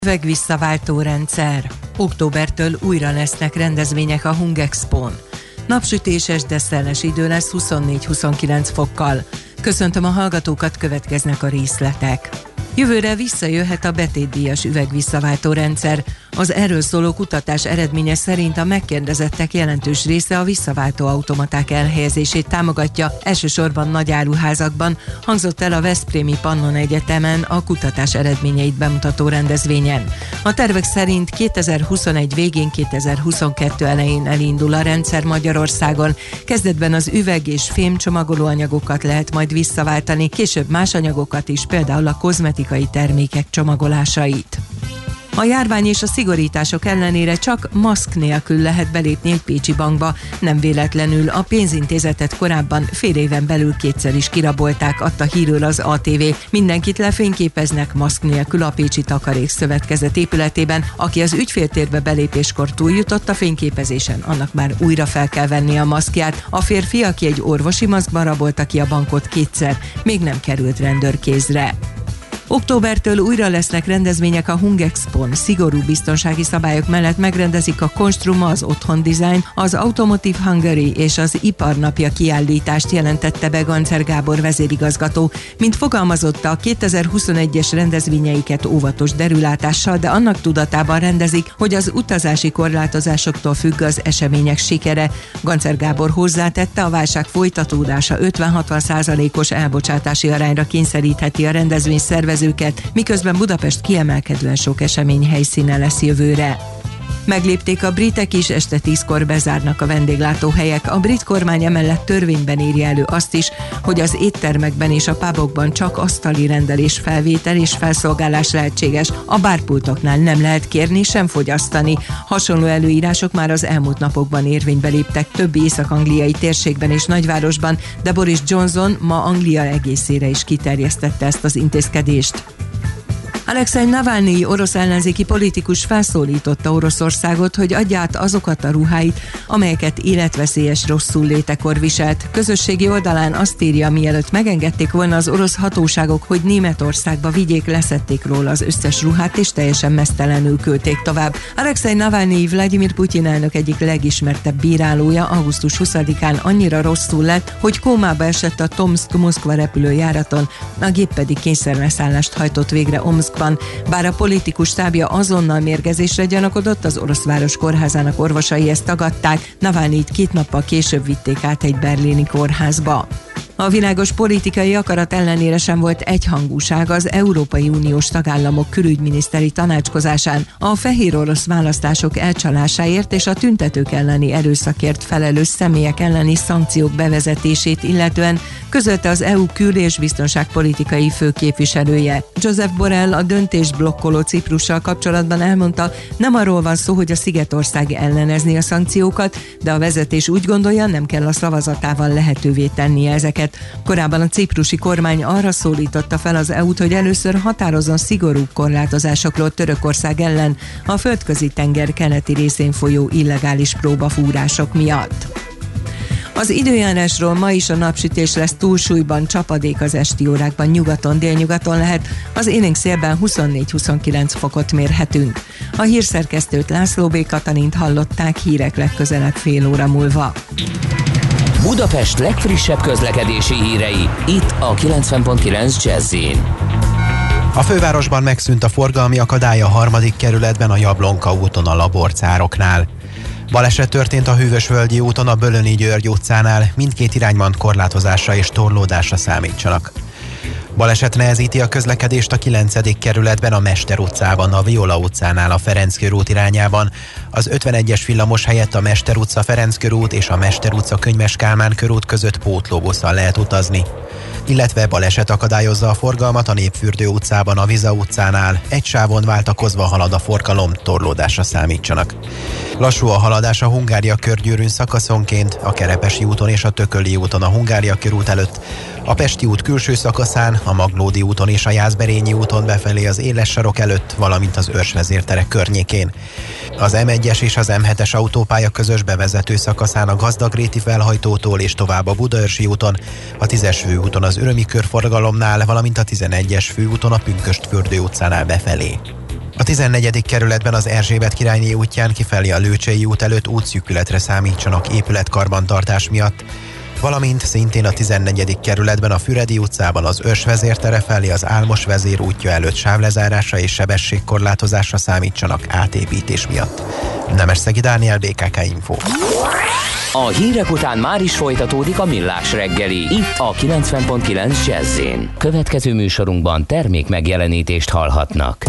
Üvegvisszaváltó rendszer. Októbertől újra lesznek rendezvények a Hungexpón. Napsütéses, de szeles idő lesz 24-29 fokkal. Köszöntöm a hallgatókat, következnek a részletek. Jövőre visszajöhet a betétdíjas üvegvisszaváltó rendszer. Az erről szóló kutatás eredménye szerint a megkérdezettek jelentős része a visszaváltó automaták elhelyezését támogatja, elsősorban nagy áruházakban, hangzott el a Veszprémi Pannon Egyetemen a kutatás eredményeit bemutató rendezvényen. A tervek szerint 2021 végén, 2022 elején elindul a rendszer Magyarországon. Kezdetben az üveg és fém csomagolóanyagokat lehet majd visszaváltani, később más anyagokat is, például a kozmetikai termékek csomagolásait. A járvány és a szigorítások ellenére csak maszk nélkül lehet belépni egy pécsi bankba. Nem véletlenül a pénzintézetet korábban fél éven belül kétszer is kirabolták, adta hírül az ATV. Mindenkit lefényképeznek maszk nélkül a Pécsi Takarékszövetkezet épületében. Aki az ügyféltérbe belépéskor túljutott a fényképezésen, annak már újra fel kell venni a maszkját. A férfi, aki egy orvosi maszkban rabolta ki a bankot kétszer, még nem került rendőrkézre. Októbertől újra lesznek rendezvények a Hungexpón. Szigorú biztonsági szabályok mellett megrendezik a Konstruma, az Otthon Design, az Automotive Hungary és az Iparnapja kiállítást, jelentette be Gancer Gábor vezérigazgató. Mint fogalmazott, a 2021-es rendezvényeiket óvatos derülátással, de annak tudatában rendezik, hogy az utazási korlátozásoktól függ az események sikere. Gancer Gábor hozzátette, a válság folytatódása 50-60%-os elbocsátási arányra kényszerítheti a rendezvény szervezőket, miközben Budapest kiemelkedően sok esemény helyszíne lesz jövőre. Meglépték a britek is, este 10-kor bezárnak a vendéglátóhelyek. A brit kormány emellett törvényben írja elő azt is, hogy az éttermekben és a pubokban csak asztali rendelés, felvétel és felszolgálás lehetséges. A bárpultoknál nem lehet kérni, sem fogyasztani. Hasonló előírások már az elmúlt napokban érvénybe léptek több észak-angliai térségben és nagyvárosban, de Boris Johnson ma Anglia egészére is kiterjesztette ezt az intézkedést. Alexej Navalnyi orosz ellenzéki politikus felszólította Oroszországot, hogy adja át azokat a ruháit, amelyeket életveszélyes rosszul létekor viselt. Közösségi oldalán azt írja, mielőtt megengedték volna az orosz hatóságok, hogy Németországba vigyék, leszették róla az összes ruhát és teljesen meztelenül küldték tovább. Alexej Navalnyi Vladimir Putyin elnök egyik legismertebb bírálója augusztus 20-án annyira rosszul lett, hogy kómába esett a Tomszk-Moszkva repülőjáraton, a gép pedig kényszerleszállást hajtott végre Omszkban. Bár a politikus stábja azonnal mérgezésre gyanakodott, az orosz város kórházának orvosai ezt tagadták, Navalnyit 2 nappal később vitték át egy berlini kórházba. A világos politikai akarat ellenére sem volt egyhangúság az Európai Uniós tagállamok külügyminiszteri tanácskozásán. A fehér orosz választások elcsalásáért és a tüntetők elleni erőszakért felelős személyek elleni szankciók bevezetését illetően közölte az EU kül- és biztonságpolitikai főképviselője. Joseph Borrell a döntést blokkoló Ciprussal kapcsolatban elmondta, nem arról van szó, hogy a szigetország ellenezni a szankciókat, de a vezetés úgy gondolja, nem kell a szavazatával lehetővé tennie ezeket. Korábban a ciprusi kormány arra szólította fel az EU-t, hogy először határozzon szigorúbb korlátozásokról Törökország ellen a Földközi-tenger keleti részén folyó illegális próbafúrások miatt. Az időjárásról: ma is a napsütés lesz túlsúlyban, csapadék az esti órákban, nyugaton, délnyugaton lehet, az élénk szélben 24-29 fokot mérhetünk. A hírszerkesztőt, László B. Katalint hallották, hírek legközelebb fél óra múlva. Budapest legfrissebb közlekedési hírei, itt a 90.9 Jazz-in. A fővárosban megszűnt a forgalmi akadály a 3. kerületben a Jablonka úton a laborcároknál. Baleset történt a Hűvösvölgyi úton a Bölöni György utcánál, mindkét irányban korlátozásra és torlódásra számítsanak. Baleset nehezíti a közlekedést a 9. kerületben a Mester utcában, a Viola utcánál a Ferenc körút irányában. Az 51-es villamos helyett a Mester utca, Ferenc körút és a Mester utca, Könyves Kálmán körút között pótlóbusszal lehet utazni. Illetve baleset akadályozza a forgalmat a Népfürdő utcában, a Viza utcánál. Egy sávon váltakozva halad a forgalom, torlódásra számítsanak. Lassú a haladás a Hungária körgyűrűn szakaszonként, a Kerepesi úton és a Tököli úton a Hungária körút előtt, a Pesti út külső szakaszán, a Maglódi úton és a Jászberényi úton befelé az Éles sarok előtt, valamint az Őrsvezérterek környékén. Az M1-es és az M7-es autópálya közös bevezető szakaszán a Gazdagréti felhajtótól és tovább a Budaörsi úton, a 10-es főúton az Örömi körforgalomnál, valamint a 11-es főúton a Pünkösdfürdő utcánál befelé. A 14. kerületben az Erzsébet királyné útján kifelé a Lőcsei út előtt útszűkületre számítsanak épületkarbantartás miatt, valamint szintén a 14. kerületben a Füredi utcában az Örs vezértere felé az Álmos vezér útja előtt sávlezárásra és sebességkorlátozásra számítsanak átépítés miatt. Nemesszegi Dániel, BKK Info. A hírek után már is folytatódik a Millás reggeli, itt a 90.9 Jazz-én. Következő műsorunkban termék megjelenítést hallhatnak.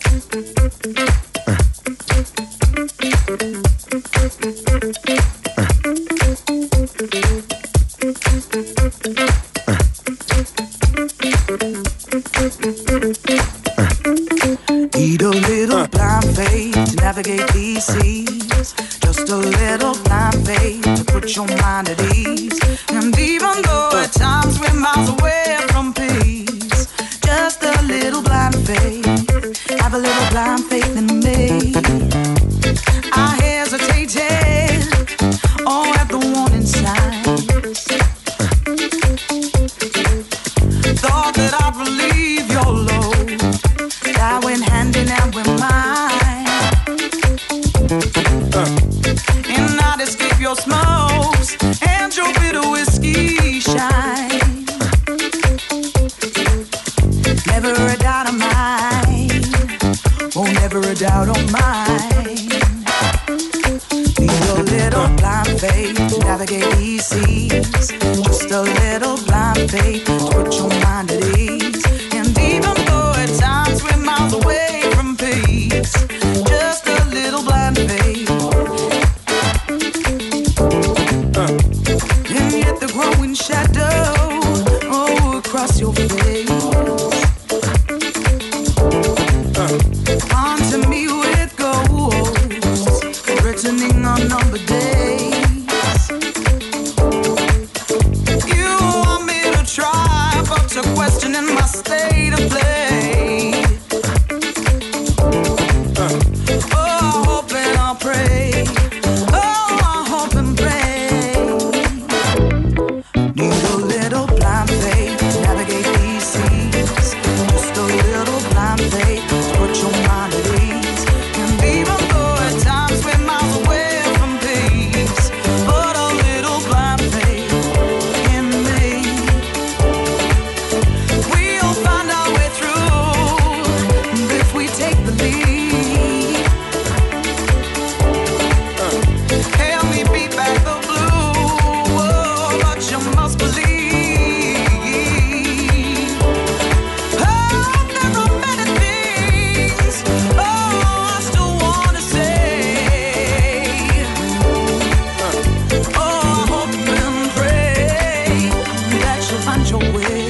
Need a little blind faith to navigate these seas. Just a little blind faith to put your mind at ease. And even though at times we're miles away from peace, just a little blind faith. Have a little blind faith in me. I hesitated, oh, at the warning signs. Thought that I'd relieve your load. That went hand in hand with mine. And I'd escape your smokes and your bitter whiskey shine. Never a doubt of mine. Oh, never a doubt of mine. Need a little blind faith to navigate these seas. Just a little blind faith to put your mind at ease. And even though at times we're miles away from peace, just a little blind faith. And yet the growing shadow, oh, across your face. Haunting me with ghosts, returning on numbered days. You want me to try, but you're questioning my state of play. Oh, I hope and I pray. Oh, I hope and pray. Need a little blind faith to navigate these seas. Just a little blind faith to put your mind at ease. And even though at times we're miles away from peace, but a little blind faith in me. We'll find our way through if we take the lead. Help me beat back the blue, oh, but you must believe. Oh, there are many things, oh, I still wanna say. Oh, I hope and pray that you'll find your way.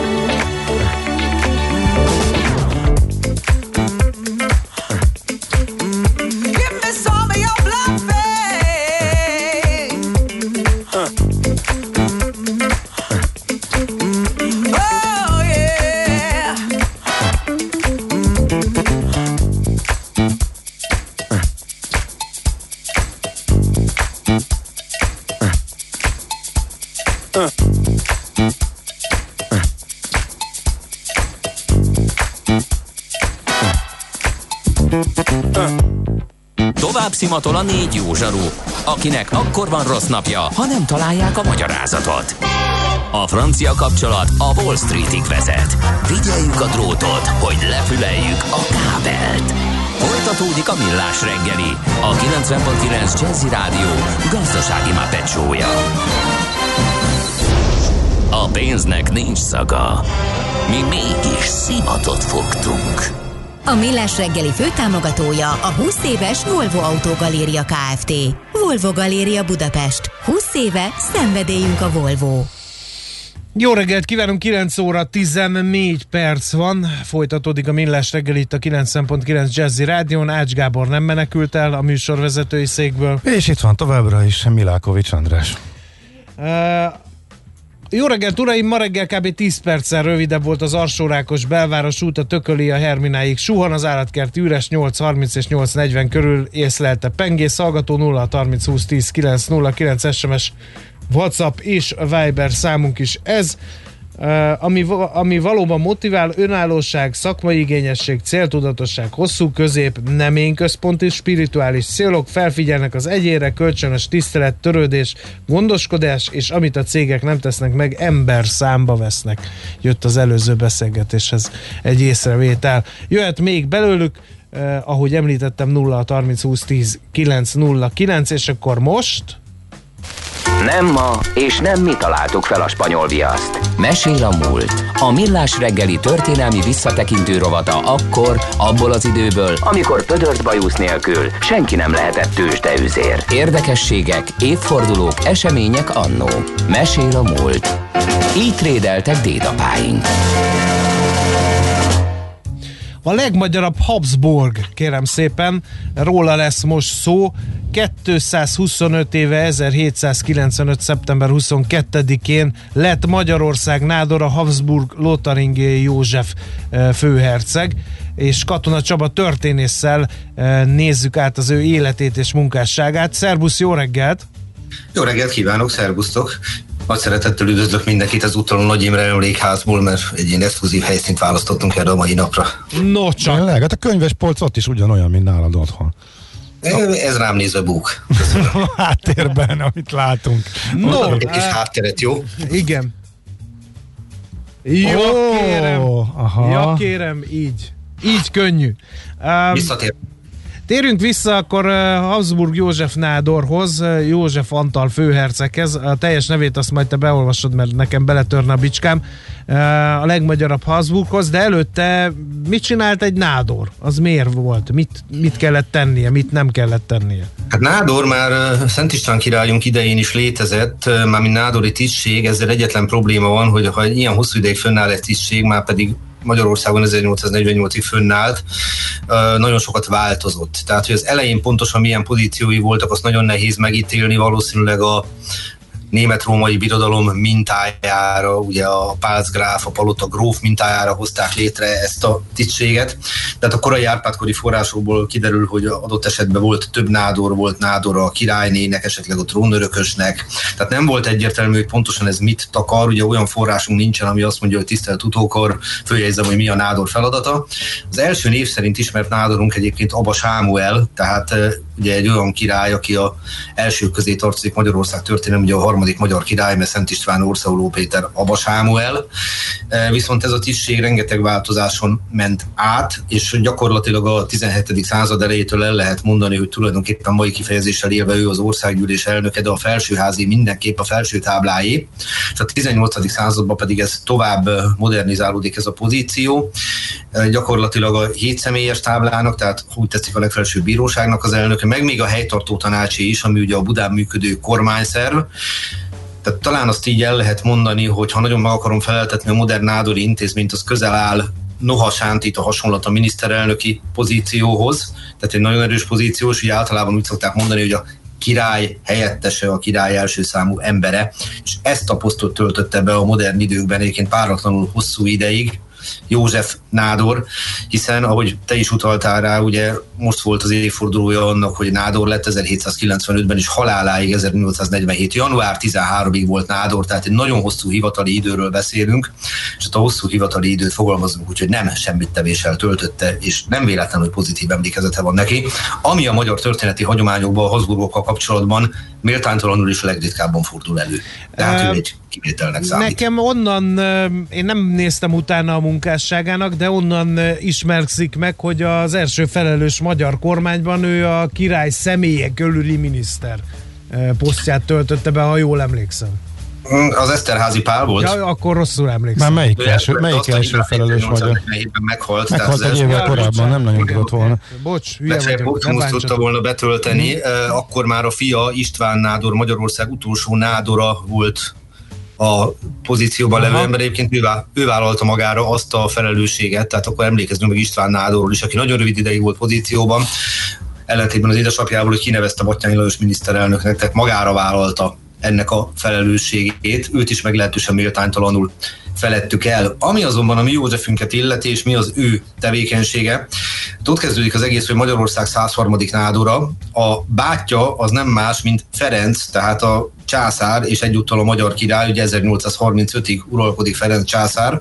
Give me some of your blind faith. Oh, yeah. Tovább szimatol a 4 jó zsaru, akinek akkor van rossz napja, ha nem találják a magyarázatot. A francia kapcsolat a Wall Streetig vezet. Figyeljük a drótot, hogy lefüleljük a kábelt. Folytatódik a Millás reggeli, a 90.9 Jazzy Rádió gazdasági Muppet show-ja. A pénznek nincs szaga. Mi mégis szimatot fogtunk. A Millás reggeli főtámogatója a 20 éves Volvo Autogaléria Kft. Volvo Galéria Budapest. 20 éve szenvedélyünk a Volvo. Jó reggelt kívánunk, 9 óra 14 perc van, folytatódik a Millás reggel itt a 90.9 Jazzy Rádión. Ács Gábor nem menekült el a műsorvezetői székből. És itt van továbbra is Milákovics András. Jó reggelt, uraim! Ma reggel kb. 10 perccel rövidebb volt az Alsó-Rákos belváros út a Tököli a Hermináig. Suhan az állatkert üres, 8.30 és 8.40 körül észlelte pengész. Hallgató 0 30 20 10 9 09 SMS, WhatsApp és Viber számunk is ez. ami valóban motivál: önállóság, szakmai igényesség, céltudatosság, hosszú közép, nem én központú, spirituális célok, felfigyelnek az egyénre, kölcsönös tisztelet, törődés, gondoskodás, és amit a cégek nem tesznek meg, ember számba vesznek. Jött az előző beszélgetéshez egy észrevétel. Jöhet még belőlük, ahogy említettem, 0 30 20 10 909, és akkor most... Nem ma, és nem mi találtuk fel a spanyol viaszt. Mesél a múlt. A Millás reggeli történelmi visszatekintő rovata akkor, abból az időből, amikor pödört bajusz nélkül senki nem lehetett tőzsdeüzér. Érdekességek, évfordulók, események annó. Mesél a múlt. Így trédeltek dédapáink. A legmagyarabb Habsburg, kérem szépen, róla lesz most szó. 225 éve, 1795. szeptember 22-én lett Magyarország nádora Habsburg Lotaringiai József főherceg, és Katona Csaba történésszel nézzük át az ő életét és munkásságát. Szerbusz, jó reggelt! Jó reggelt kívánok, szerbusztok! Nagy szeretettel üdvözlök mindenkit az úton a Nagy Imre Emlékházból, mert egy ilyen exkluzív helyszínt választottunk erre a mai napra. No csak! Hát a könyvespolc ott is ugyanolyan, mint nálad otthon. Ez rám nézve búk. Háttérben, amit látunk. No, egy kis hátteret, jó? Igen. Jó, kérem. Ja, kérem, így. Így könnyű. Visszatér. Térjünk vissza akkor Habsburg József nádorhoz, József Antal főherceghez. A teljes nevét azt majd te beolvasod, mert nekem beletörne a bicskám. A legmagyarabb Habsburghoz, de előtte mit csinált egy nádor? Az miért volt? Mit kellett tennie? Mit nem kellett tennie? Hát nádor már Szent István királyunk idején is létezett, mármint nádori tisztség. Ezzel egyetlen probléma van, hogy ha ilyen hosszú ideig fönnáll egy tisztség, már pedig Magyarországon 1848-ig fönnállt, nagyon sokat változott. Tehát, hogy az elején pontosan milyen pozíciói voltak, azt nagyon nehéz megítélni, valószínűleg a német-római birodalom mintájára, ugye a pálcgráf, a palota gróf mintájára hozták létre ezt a tisztséget. Tehát a korai Árpád-kori forrásokból kiderül, hogy adott esetben volt több nádor, volt nádor a királynének, esetleg a trónörökösnek. Tehát nem volt egyértelmű, hogy pontosan ez mit takar. Ugye olyan forrásunk nincsen, ami azt mondja, hogy tisztelt utókor, följegyzem, hogy mi a nádor feladata. Az első név szerint ismert nádorunk egyébként Aba Sámuel, tehát ugye egy olyan király, aki a elsők közé tartozik Magyarország történelem, ugye a harmadik magyar király, mert Szent István, Orszahuló Péter, Aba Sámuel. Viszont ez a tisztség rengeteg változáson ment át, és gyakorlatilag a 17. század elejétől el lehet mondani, hogy tulajdonképpen mai kifejezéssel élve ő az országgyűlés elnöke, de a felsőházi mindenképp a felső tábláé. És a 18. században pedig ez tovább modernizálódik ez a pozíció. Gyakorlatilag a 7 személyes táblának, tehát úgy tetszik a legfelsőbb bíróságnak az elnöke, meg még a helytartó tanácsi is, ami ugye a Budán működő kormányszerv. Tehát talán azt így el lehet mondani, hogy ha nagyon meg akarom feleltetni a modern nádori intézményt, az közel áll Noha Sántit a hasonlat a miniszterelnöki pozícióhoz, tehát egy nagyon erős pozíció, és ugye általában úgy szokták mondani, hogy a király helyettese, a király első számú embere, és ezt a posztot töltötte be a modern időkben egyébként páratlanul hosszú ideig József nádor, hiszen ahogy te is utaltál rá, ugye most volt az évfordulója annak, hogy nádor lett 1795-ben, és haláláig 1847. január 13-ig volt nádor, tehát egy nagyon hosszú hivatali időről beszélünk, és a hosszú hivatali időt fogalmazunk úgy, hogy nem semmit tevéssel töltötte, és nem véletlen, hogy pozitív emlékezete van neki, ami a magyar történeti hagyományokban a Habsburgokkal kapcsolatban méltánytalanul is legritkábban fordul elő. Tehát ő egy kivételnek számít. Nekem onnan, én nem néztem utána a munkásságának, de onnan ismerkszik meg, hogy az első felelős magyar kormányban ő a király személye körüli miniszter posztját töltötte be, ha jól emlékszem. Az Eszterházy Pál volt. Ja, akkor rosszul emlékszem. Már melyik első felelős magyar? Meghalt. Meghalt egy évvel korábban, nem nagyon tudott volna. Bocs, hülye vagyok. Nem tudta volna betölteni. Akkor már a fia István nádor, Magyarország utolsó nádora volt a pozícióban levő ember. Egyébként ő vállalta magára azt a felelősséget, tehát akkor emlékezzünk meg István nádorról is, aki nagyon rövid ideig volt pozícióban, ellentétben az édesapjából, hogy kinevezte Batthyány Lajos miniszterelnöknek, tehát magára vállalta ennek a felelősségét, őt is meglehetősen méltánytalanul felettük el. Ami azonban a mi Józsefünket illeti, és mi az ő tevékenysége, ott kezdődik az egész, hogy Magyarország 103. nádora, a bátyja az nem más, mint Ferenc, tehát a császár, és egyúttal a magyar király, ugye 1835-ig uralkodik Ferenc császár,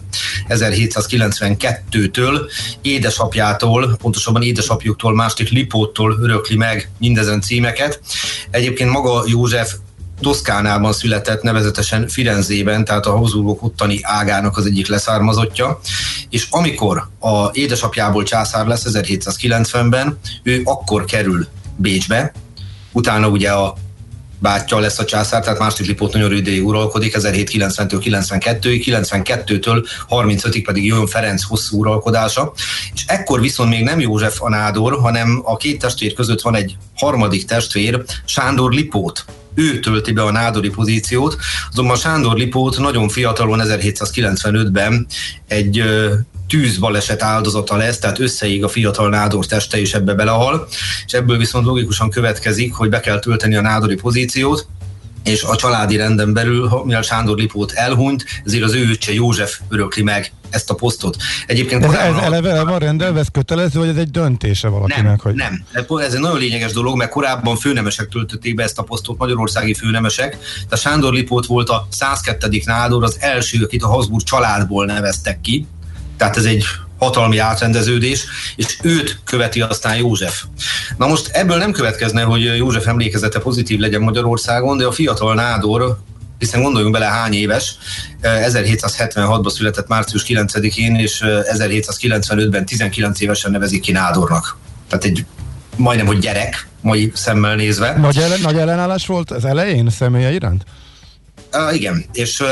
1792-től édesapjától, pontosabban édesapjuktól, másik Lipóttól örökli meg mindezen címeket. Egyébként maga József Toszkánában született, nevezetesen Firenzében, tehát a Habsburgok ottani ágának az egyik leszármazottja, és amikor a édesapjából császár lesz 1790-ben, ő akkor kerül Bécsbe, utána ugye a bátyja lesz a császár, tehát második Lipót nagyon rövid uralkodik, 1790-től 92-ig, 92-től 35-ig pedig jön Ferenc hosszú uralkodása, és ekkor viszont még nem József a nádor, hanem a két testvér között van egy harmadik testvér, Sándor Lipót. Ő tölti be a nádori pozíciót, azonban Sándor Lipót nagyon fiatalon 1795-ben egy tűzbaleset áldozata lesz, tehát összeég a fiatal nádor teste, és ebbe belehal, és ebből viszont logikusan következik, hogy be kell tölteni a nádori pozíciót, és a családi renden belül, mivel Sándor Lipót elhunyt, ezért az ő öccse József örökli meg ezt a posztot. Egyébként ez eleve van rendelve, ez kötelező, vagy ez egy döntése valakinek? Nem. Ez egy nagyon lényeges dolog, mert korábban főnemesek töltötték be ezt a posztot, magyarországi főnemesek. Tehát Sándor Lipót volt a 102. nádor, az első, akit a Habsburg családból neveztek ki. Tehát ez egy hatalmi átrendeződés, és őt követi aztán József. Na most ebből nem következne, hogy József emlékezete pozitív legyen Magyarországon, de a fiatal nádor, hiszen gondoljunk bele hány éves, 1776-ban született március 9-én, és 1795-ben 19 évesen nevezik ki nádornak. Tehát egy majdnem, hogy gyerek, mai szemmel nézve. Nagy ellenállás volt az elején személye iránt? Igen, és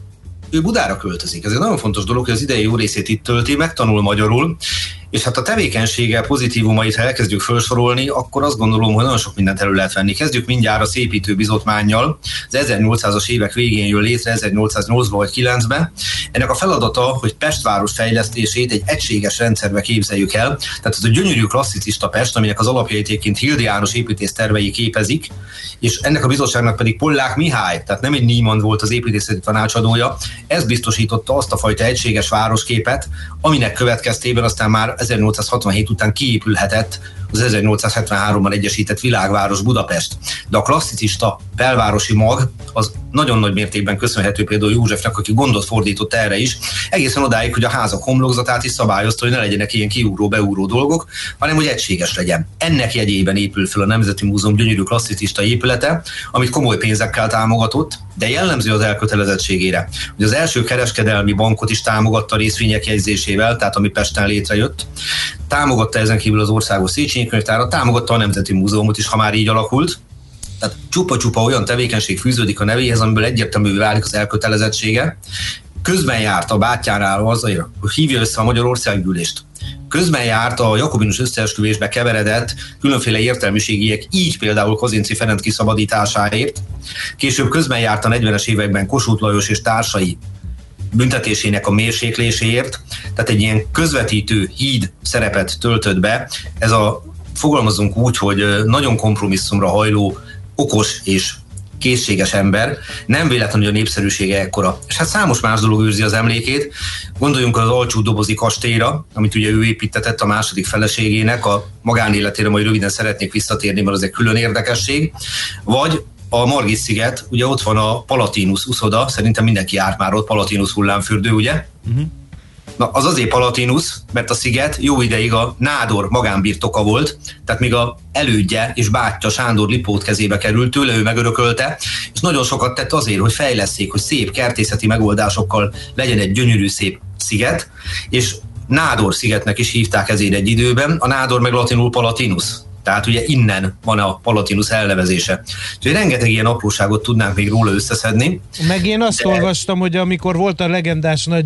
ő Budára költözik. Ez egy nagyon fontos dolog, hogy az idei jó részét itt tölti, megtanul magyarul, és hát a tevékenysége pozitívumait, ha elkezdjük felsorolni, akkor azt gondolom, hogy nagyon sok mindent elő lehet venni. Kezdjük mindjárt a szépítő bizotmánnyal. Az 1800-as évek végén jön létre, 1808-ban vagy 9-ben. Ennek a feladata, hogy Pest város fejlesztését egy egységes rendszerbe képzeljük el. Tehát ez a gyönyörű klasszicista Pest, aminek az alapjait egyébként Hildy János építész tervei képezik, és ennek a bizottságnak pedig Pollák Mihály, tehát nem egy Niemann volt az építészeti tanácsadója, ez biztosította azt a fajta egységes városképet, aminek következtében aztán már 1867 után kiépülhetett az 1873-ban egyesített világváros Budapest. De a klasszicista belvárosi mag az nagyon nagy mértékben köszönhető például Józsefnek, aki gondot fordított erre is, egészen odáig, hogy a házak homlokzatát is szabályozta, hogy ne legyenek ilyen kiugró-beugró dolgok, hanem hogy egységes legyen. Ennek jegyében épül fel a Nemzeti Múzeum gyönyörű klasszicista épülete, amit komoly pénzekkel támogatott, de jellemző az elkötelezettségére. Hogy az első kereskedelmi bankot is támogatta részvények jegyzésével, tehát ami Pesten létrejött. Támogatta ezen kívül az Országos Széchenyi Könyvtárat, támogatta a Nemzeti Múzeumot is, ha már így alakult. Tehát csupa-csupa olyan tevékenység fűződik a nevéhez, amiből egyértelművé válik az elkötelezettsége. Közben járt a bátyjánál azért, hogy hívja össze a Magyarországgyűlést. Közben járt a jakobinus összeesküvésbe keveredett különféle értelmiségiek, így például Kazinczy Ferenc kiszabadításáért. Később közben járt a 40-es években Kossuth Lajos és társai büntetésének a mérsékléséért, tehát egy ilyen közvetítő híd szerepet töltött be. Ez a, fogalmazunk úgy, hogy nagyon kompromisszumra hajló, okos és készséges ember, nem véletlenül, hogy a népszerűsége ekkora. És hát számos más dolog őrzi az emlékét. Gondoljunk az Alcsú-dobozi kastélyra, amit ugye ő építetett a második feleségének, a magánéletére majd röviden szeretnék visszatérni, mert az egy külön érdekesség. Vagy a Margit-sziget, ugye ott van a Palatinus uszoda, szerintem mindenki járt már ott, Palatinus hullámfürdő, ugye? Na, az azért Palatinus, mert a sziget jó ideig a nádor magánbirtoka volt, tehát még a elődje és bátyja Sándor Lipót kezébe került, tőle ő megörökölte, és nagyon sokat tett azért, hogy fejlesszék, hogy szép kertészeti megoldásokkal legyen egy gyönyörű szép sziget, és Nádor szigetnek is hívták ezért egy időben, a nádor meg latinul Palatinus. Tehát ugye innen van a Palatinus elnevezése. Úgyhogy rengeteg ilyen apróságot tudnánk még róla összeszedni. Meg én azt olvastam, hogy amikor volt a legendás nagy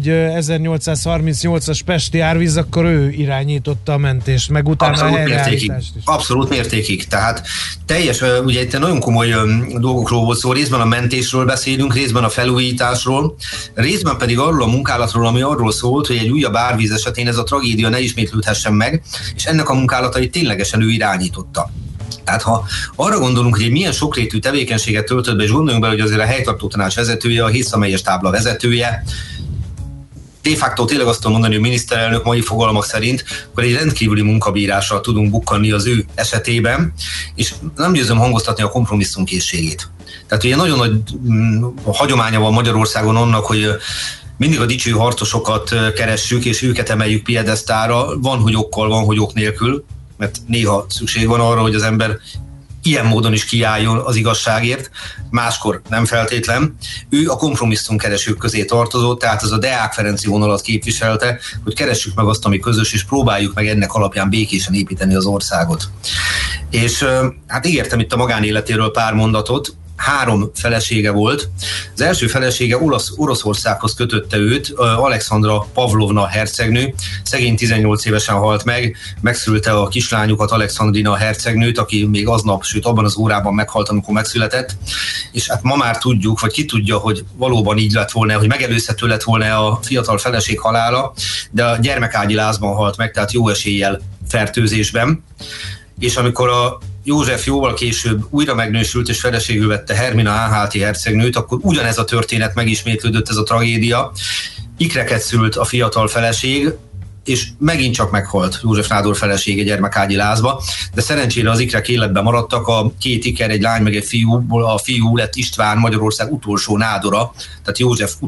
1838-as pesti árvíz, akkor ő irányította a mentést, meg utána a helyreállítást is. Abszolút mértékig. Tehát teljes, ugye itt nagyon komoly dolgokról volt szó, részben a mentésről beszélünk, részben a felújításról, részben pedig arról a munkálatról, ami arról szólt, hogy egy újabb árvíz esetén ez a tragédia ne ismétlődhessen meg, és ennek a munkálatait ténylegesen ő irányította. Tehát ha arra gondolunk, hogy egy milyen sokrétű tevékenységet töltött be, és gondoljunk bele, hogy azért a helytartó tanács vezetője, a Hészamelyes tábla vezetője, de facto tényleg azt tudom mondani, hogy a miniszterelnök mai fogalmak szerint, akkor egy rendkívüli munkabírással tudunk bukkanni az ő esetében, és nem győzöm hangoztatni a kompromisszumkészségét. Tehát ugye nagyon nagy hagyománya van Magyarországon annak, hogy mindig a dicső harcosokat keressük, és őket emeljük piedesztára, van, hogy okkal, van, hogy ok nélkül, mert néha szükség van arra, hogy az ember ilyen módon is kiálljon az igazságért, máskor nem feltétlen. Ő a kompromisszumkeresők közé tartozott, tehát az a Deák Ferenci vonalat képviselte, hogy keressük meg azt, ami közös, és próbáljuk meg ennek alapján békésen építeni az országot. És hát ígértem itt a magánéletéről pár mondatot. 3 felesége volt. Az első felesége Oroszországhoz kötötte őt, Alexandra Pavlovna hercegnő. Szegény 18 évesen halt meg, megszülte a kislányukat, Alexandrina hercegnőt, aki még aznap, sőt abban az órában meghalt, amikor megszületett. És hát ma már tudjuk, vagy ki tudja, hogy valóban így lett volna, hogy megelőzhető lett volna a fiatal feleség halála, de a gyermekágyi lázban halt meg, tehát jó eséllyel fertőzésben. És amikor a József jóval később újra megnősült és feleségül vette Hermina Anhalti hercegnőt, akkor ugyanez a történet megismétlődött, ez a tragédia. Ikreket szült a fiatal feleség, és megint csak meghalt József nádor felesége gyermekágyi lázba, de szerencsére az ikrek életben maradtak, a 2 iker, egy lány meg egy fiúból, a fiú lett István, Magyarország utolsó nádora, tehát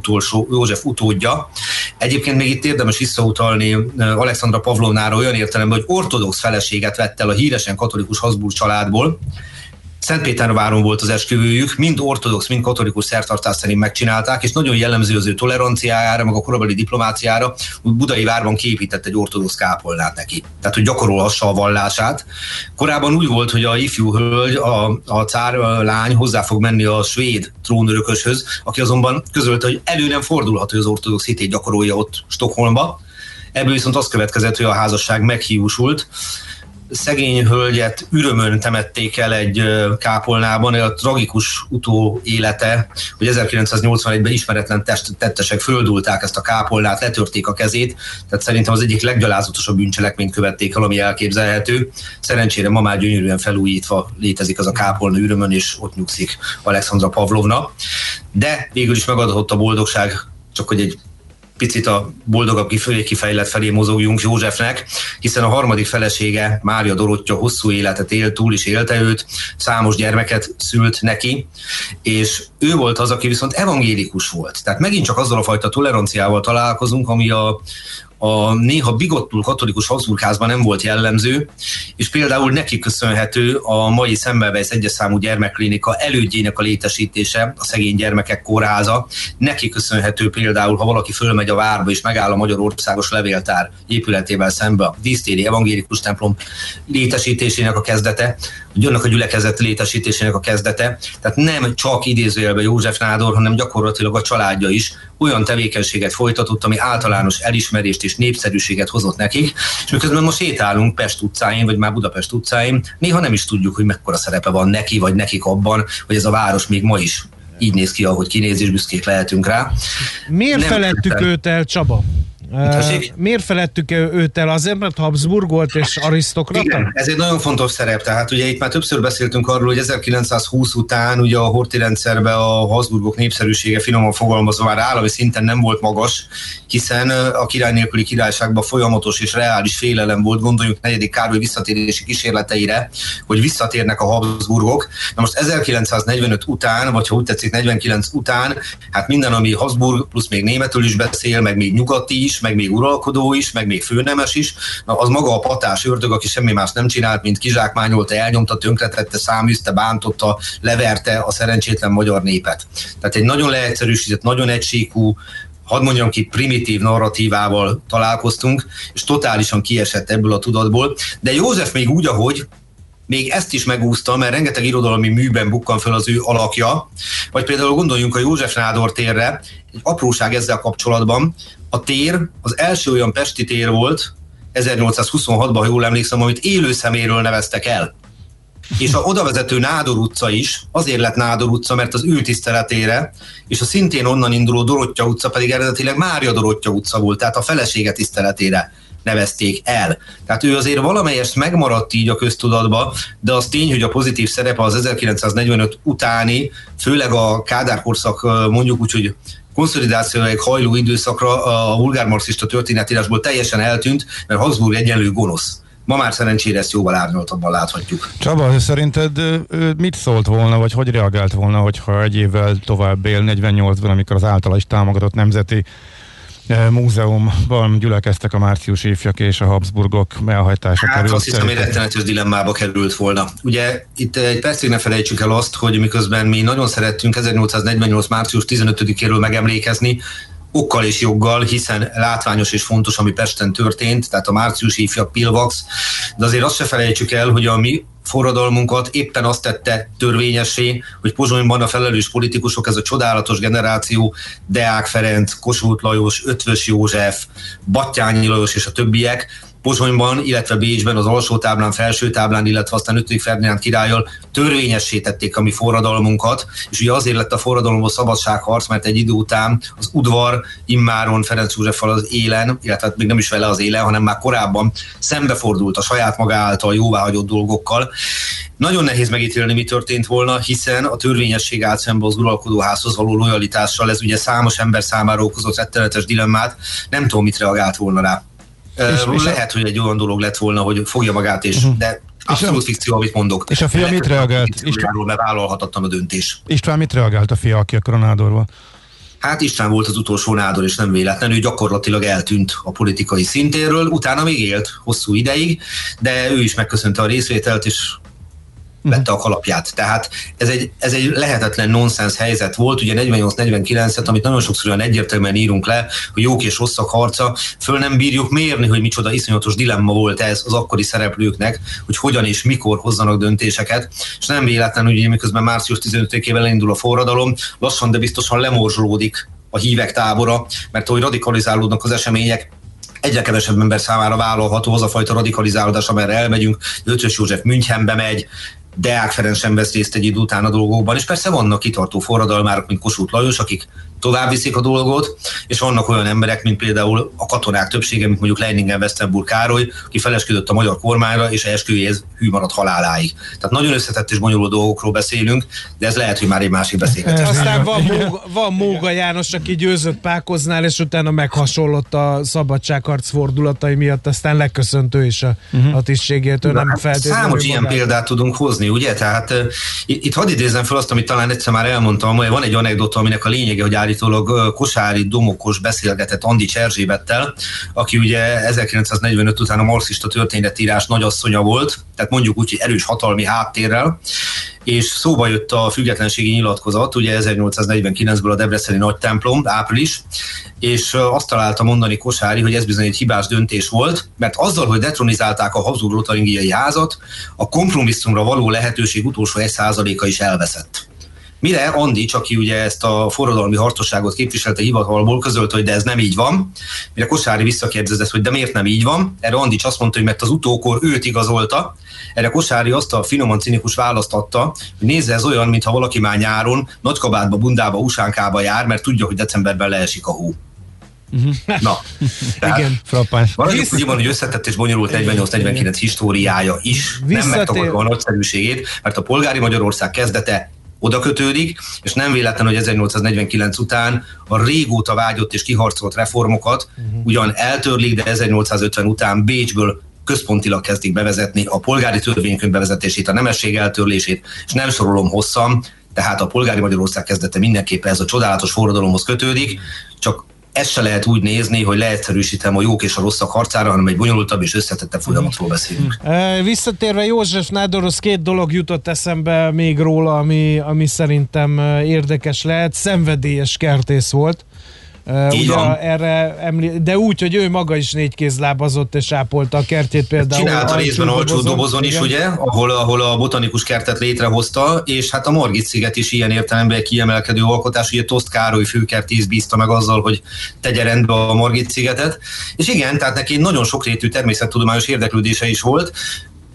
József utódja. Egyébként még itt érdemes visszautalni Alexandra Pavlovnára olyan értelemben, hogy ortodox feleséget vett el a híresen katolikus Habsburg családból. Szentpéterváron volt az esküvőjük, mind ortodox, mind katolikus szertartás szerint megcsinálták, és nagyon jellemző az ő toleranciájára, meg a korabeli diplomáciára, hogy Budai várban kiépített egy ortodox kápolnát neki. Tehát, hogy gyakorolhassa a vallását. Korábban úgy volt, hogy a ifjú hölgy, a cár lány hozzá fog menni a svéd trónörököshöz, aki azonban közölte, hogy elő nem fordulhat, hogy az ortodox hitét gyakorolja ott Stockholmba. Ebből viszont az következett, hogy a házasság meghiúsult. Szegény hölgyet Ürömön temették el egy kápolnában, a tragikus utóélete, hogy 1981-ben ismeretlen tettesek földulták ezt a kápolnát, letörték a kezét, tehát szerintem az egyik leggyalázatosabb bűncselekményt követték el, ami elképzelhető. Szerencsére ma már gyönyörűen felújítva létezik az a kápolna Ürömön, és ott nyugszik Alexandra Pavlovna. De végül is megadott a boldogság, csak hogy egy picit a boldogabb kifejlett felé mozogjunk Józsefnek, hiszen a harmadik felesége, Mária Dorottya hosszú életet élt, túl is élte őt, számos gyermeket szült neki, és ő volt az, aki viszont evangélikus volt. Tehát megint csak azzal a fajta toleranciával találkozunk, ami a néha bigottul katolikus Habsburgházban nem volt jellemző, és például neki köszönhető a mai Semmelweis egyes számú gyermekklinika elődjének a létesítése, a szegény gyermekek kórháza. Neki köszönhető például, ha valaki fölmegy a várba és megáll a Magyarországos Levéltár épületével szembe, a dísztéri evangélikus templom létesítésének a kezdete, annak a gyülekezet létesítésének a kezdete. Tehát nem csak idézőjelben József nádor, hanem gyakorlatilag a családja is olyan tevékenységet folytatott, ami általános elismerést és népszerűséget hozott nekik, és miközben most sétálunk Pest utcáin, vagy már Budapest utcáin, néha nem is tudjuk, hogy mekkora szerepe van neki, vagy nekik abban, hogy ez a város még ma is így néz ki, ahogy kinéz, és büszkék lehetünk rá. Miért feledtük őt el, Csaba? Miért feledtük őt el? Azért, mert Habsburg volt és arisztokrata? Igen, ez egy nagyon fontos szerep. Tehát ugye itt már többször beszéltünk arról, hogy 1920 után ugye a Horthy rendszerben a Habsburgok népszerűsége finoman fogalmazva már állami szinten nem volt magas, hiszen a király nélküli királyságban folyamatos és reális félelem volt, gondoljunk 4. Károly visszatérési kísérleteire, hogy visszatérnek a Habsburgok. Na most 1945 után, vagy ha úgy tetszik 49 után, hát minden, ami Habsburg, plusz még németül is beszél, meg még nyugati is, meg még uralkodó is, meg még főnemes is, na, az maga a patás ördög, aki semmi más nem csinált, mint kizsákmányolta, elnyomta, tönkretette, száműzte, bántotta, leverte a szerencsétlen magyar népet. Tehát egy nagyon leegyszerűsített, nagyon egysíkú, hadd mondjam ki, primitív narratívával találkoztunk, és totálisan kiesett ebből a tudatból. De József még úgy, ahogy még ezt is megúszta, mert rengeteg irodalmi műben bukkan fel az ő alakja, vagy például gondoljunk a József nádor térre, egy apróság ezzel kapcsolatban, a tér az első olyan pesti tér volt 1826-ban, ha jól emlékszem, amit élő szeméről neveztek el. És a odavezető Nádor utca is azért lett Nádor utca, mert az ő tiszteletére, és a szintén onnan induló Dorottya utca pedig eredetileg Mária Dorottya utca volt, tehát a felesége tiszteletére nevezték el. Tehát ő azért valamelyest megmaradt így a köztudatba, de az tény, hogy a pozitív szerepe az 1945 utáni, főleg a Kádár korszak mondjuk úgy, hogy konszolidációig hajló időszakra a vulgármarxista történetírásból teljesen eltűnt, mert Habsburg egyenlő gonosz. Ma már szerencsére ezt jóval árnyaltabban láthatjuk. Csaba, szerinted mit szólt volna, vagy hogy reagált volna, hogyha egy évvel tovább él 48-ban, amikor az általa is támogatott Nemzeti Múzeumban gyülekeztek a márciusi ifjak és a Habsburgok elhajtása került? Azt hiszem, hogy rettenetes dilemmába került volna. Ugye itt egy percig ne felejtsük el azt, hogy miközben mi nagyon szerettünk 1848. március 15-éről megemlékezni, okkal és joggal, hiszen látványos és fontos, ami Pesten történt, tehát a márciusi ifjak Pilvax, de azért azt se felejtsük el, hogy a mi forradalmunkat éppen azt tette törvényessé, hogy Pozsonyban a felelős politikusok, ez a csodálatos generáció, Deák Ferenc, Kossuth Lajos, Ötvös József, Batthyány Lajos és a többiek, Pozsonyban, illetve Bécsben az alsó táblán, felső táblán, illetve aztán 5. Ferdinánd királlyal törvényessé tették a mi forradalmunkat, és ugye azért lett a forradalomból szabadságharc, mert egy idő után az udvar immáron Ferenc Józseffal az élen, illetve még nem is vele az élen, hanem már korábban szembefordult a saját maga által jóváhagyott dolgokkal. Nagyon nehéz megítélni, mi történt volna, hiszen a törvényesség állt szembe az uralkodóházhoz való lojalitással, ez ugye számos ember számára okozott rettenetes dilemmát, nem tudom, mit reagált volna rá. Lehet, hogy egy olyan dolog lett volna, hogy fogja magát, de abszolút fikció, amit mondok. És a fia mit reagált? Mert vállalhatatlan a döntés. István mit reagált a fia, aki akkor a nádorban? Hát István volt az utolsó nádor, és nem véletlenül, ő gyakorlatilag eltűnt a politikai szintéről, utána még élt hosszú ideig, de ő is megköszönte a részvételt, és vette a kalapját. Tehát ez egy lehetetlen nonsens helyzet volt, ugye 48-49-et, amit nagyon sokszor olyan egyértelműen írunk le, hogy jók és rosszak harca, föl nem bírjuk mérni, hogy micsoda iszonyatos dilemma volt ez az akkori szereplőknek, hogy hogyan és mikor hozzanak döntéseket, és nem véletlenül, ugye miközben március 15-ével elindul a forradalom, lassan, de biztosan lemorzsolódik a hívek tábora, mert ahogy radikalizálódnak az események, egyre kevesebb ember számára vállalható az a fajta radikalizálódás, amerre elmegyünk. Ötvös József Münchenbe megy, Deák Ferenc sem vesz részt egy idő után a dolgokban, és persze vannak kitartó forradalmárok, mint Kossuth Lajos, akik tovább viszik a dolgot, és vannak olyan emberek, mint például a katonák többsége, mint mondjuk Leiningen-Westenburg Károly, aki felesküdött a magyar kormányra, és esküjéhez hű maradt haláláig. Tehát nagyon összetett és bonyolult dolgokról beszélünk, de ez lehet, hogy már egy másik beszélgetés. Aztán van Móga János, aki győzött Pákoznál, és utána meghasonlott a szabadságharc fordulatai miatt, aztán leköszöntő is a tisztségétől. Nem feltétlenül. Számos ilyen példát tudunk hozni, ugye? Tehát itt hadd idézzem fel azt, amit talán egyszer már elmondtam, hogy van egy anekdota, aminek a lényege, hogy állítólag Kosáry Domokos beszélgetett Andics Erzsébettel, aki ugye 1945 után a marxista történetírás nagyasszonya volt, tehát mondjuk úgy, hogy erős hatalmi háttérrel, és szóba jött a függetlenségi nyilatkozat, ugye 1849-ből a debreceni nagy templom, április, és azt találta mondani Kosáry, hogy ez bizony egy hibás döntés volt, mert azzal, hogy detronizálták a Habsburg-Lotaringiai házat, a kompromisszumra való lehetőség utolsó 1%-a is elveszett. Mire Andics, aki ugye ezt a forradalmi harcosságot képviselte hivatalból, közölte, hogy de ez nem így van. Mire Kosáry visszakérdezett, hogy de miért nem így van? Erre Andics azt mondta, hogy mert az utókor őt igazolta. Erre Kosáry azt a finoman cinikus választ adta, hogy nézze, ez olyan, mintha valaki már nyáron nagykabátba, bundába, usánkába jár, mert tudja, hogy decemberben leesik a hó. Na, igen. Maradjuk úgy van, hogy összetett és bonyolult 48-49 históriája is, nem megtagadva a nagyszerűségét, mert a polgári Magyarország kezdete oda kötődik, és nem véletlen, hogy 1849 után a régóta vágyott és kiharcolt reformokat ugyan eltörlik, de 1850 után Bécsből központilag kezdik bevezetni a polgári törvénykönyv bevezetését, a nemesség eltörlését, és nem sorolom hosszan, tehát a polgári Magyarország kezdete mindenképpen ez a csodálatos forradalomhoz kötődik, csak ezt se lehet úgy nézni, hogy leegyszerűsítem a jók és a rosszak harcára, hanem egy bonyolultabb és összetettebb folyamatról beszélünk. Visszatérve József nádorhoz, két dolog jutott eszembe még róla, ami szerintem érdekes lehet. Szenvedélyes kertész volt. De úgy, hogy ő maga is négykézlábazott és ápolta a kertjét például. Csinálta részben olcsó dobozon is, ugye, ahol a botanikus kertet létrehozta, és hát a Margit-sziget is ilyen értelemben egy kiemelkedő alkotás, ugye Toszt Károly főkertész bízta meg azzal, hogy tegye rendbe a Margit-szigetet. És igen, tehát neki nagyon sokrétű természettudományos érdeklődése is volt,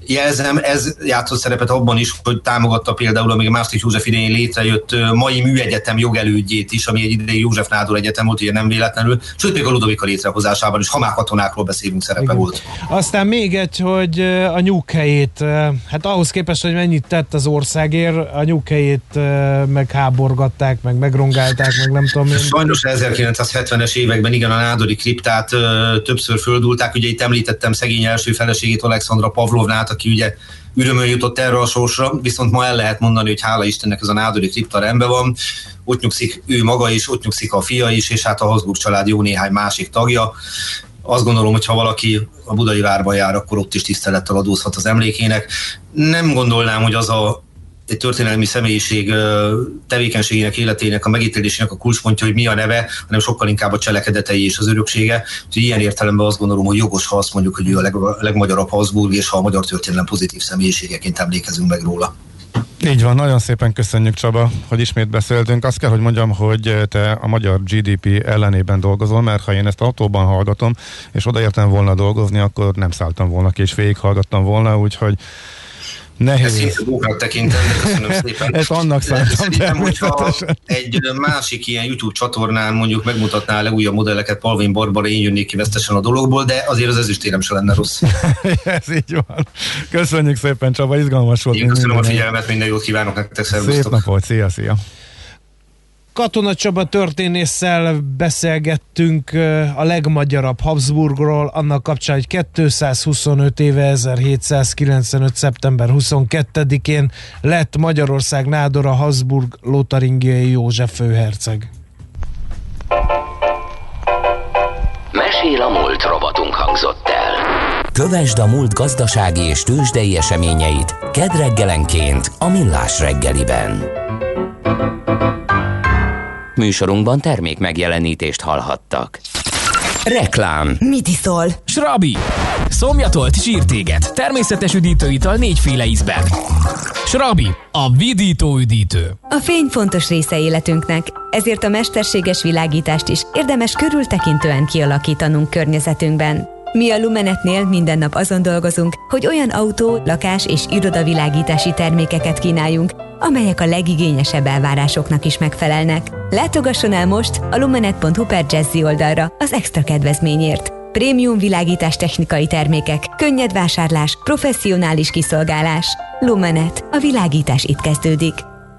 jelzem, ez játszott szerepet abban is, hogy támogatta például, amíg a Mászlói József idején létrejött mai műegyetem jogelődjét is, ami egy ideig József Nádor Egyetem volt, ugye nem véletlenül, sőt még a Ludovika létrehozásában is, ha már katonákról beszélünk, szerepe igen. volt. Aztán még egy, hogy a nyughelyét, hát ahhoz képest, hogy mennyit tett az országért, a nyughelyét megháborgatták, meg megrongálták, meg nem tudom én. Sajnos 1970-es években igen, a nádori kriptát többször földulták, ugye itt említettem szegény első feleségét, Alexandra Pavlovnát, aki ugye ürömön jutott erre a sorsra, viszont ma el lehet mondani, hogy hála Istennek ez a nádori kripta rendben van, ott nyugszik ő maga is, ott nyugszik a fia is, és hát a Habsburg család jó néhány másik tagja. Azt gondolom, hogy ha valaki a Budai Várban jár, akkor ott is tisztelettel adózhat az emlékének. Nem gondolnám, hogy az egy történelmi személyiség tevékenységének, életének, a megítélésének a kulcspontja, hogy mi a neve, hanem sokkal inkább a cselekedetei és az öröksége. Úgyhogy ilyen értelemben azt gondolom, hogy jogos, ha azt mondjuk, hogy ő a legmagyarabb Habsburg, és ha a magyar történelem pozitív személyiségeként emlékezünk meg róla. Így van, nagyon szépen köszönjük, Csaba, hogy ismét beszéltünk. Azt kell, hogy mondjam, hogy te a magyar GDP ellenében dolgozol, mert ha én ezt autóban hallgatom, és odaértem volna dolgozni, akkor nem szálltam volna ki, és végighallgattam volna, úgyhogy nehéz. Ezt szinte bóknak tekintem, de köszönöm szépen. Ezt annak szántam. Szerintem, hogyha egy másik ilyen YouTube csatornán mondjuk megmutatná a legújabb modelleket Palvin Barbara, én jönnék ki vesztesen a dologból, de azért az ezüstérem se lenne rossz. Ez így van. Köszönjük szépen, Csaba, izgalmas volt. Én köszönöm a figyelmet, minden jót kívánok nektek, szervusztok. Szép napot, szia. Katona Csaba történésszel beszélgettünk a legmagyarabb Habsburgról, annak kapcsán, hogy 225 éve 1795. szeptember 22-én lett Magyarország nádora Habsburg Lotaringiai József főherceg. Mesél a múlt robotunk hangzott el. Kövesd a múlt gazdasági és tőzsdei eseményeit kedd reggelenként a Millás reggeliben. Műsorunkban termék megjelenítést hallhattak. Reklám. Mit iszol? Srabi! Szomjatolt zsírtéget, természetes üdítőital 4 féle ízben. Srabi, a vidító üdítő. A fény fontos része életünknek, ezért a mesterséges világítást is érdemes körültekintően kialakítanunk környezetünkben. Mi a Lumenetnél minden nap azon dolgozunk, hogy olyan autó, lakás és irodavilágítási termékeket kínáljunk, amelyek a legigényesebb elvárásoknak is megfelelnek. Látogasson el most a lumenet.hu/jazzy oldalra az extra kedvezményért. Prémium világítás technikai termékek, könnyed vásárlás, professzionális kiszolgálás. Lumenet. A világítás itt kezdődik.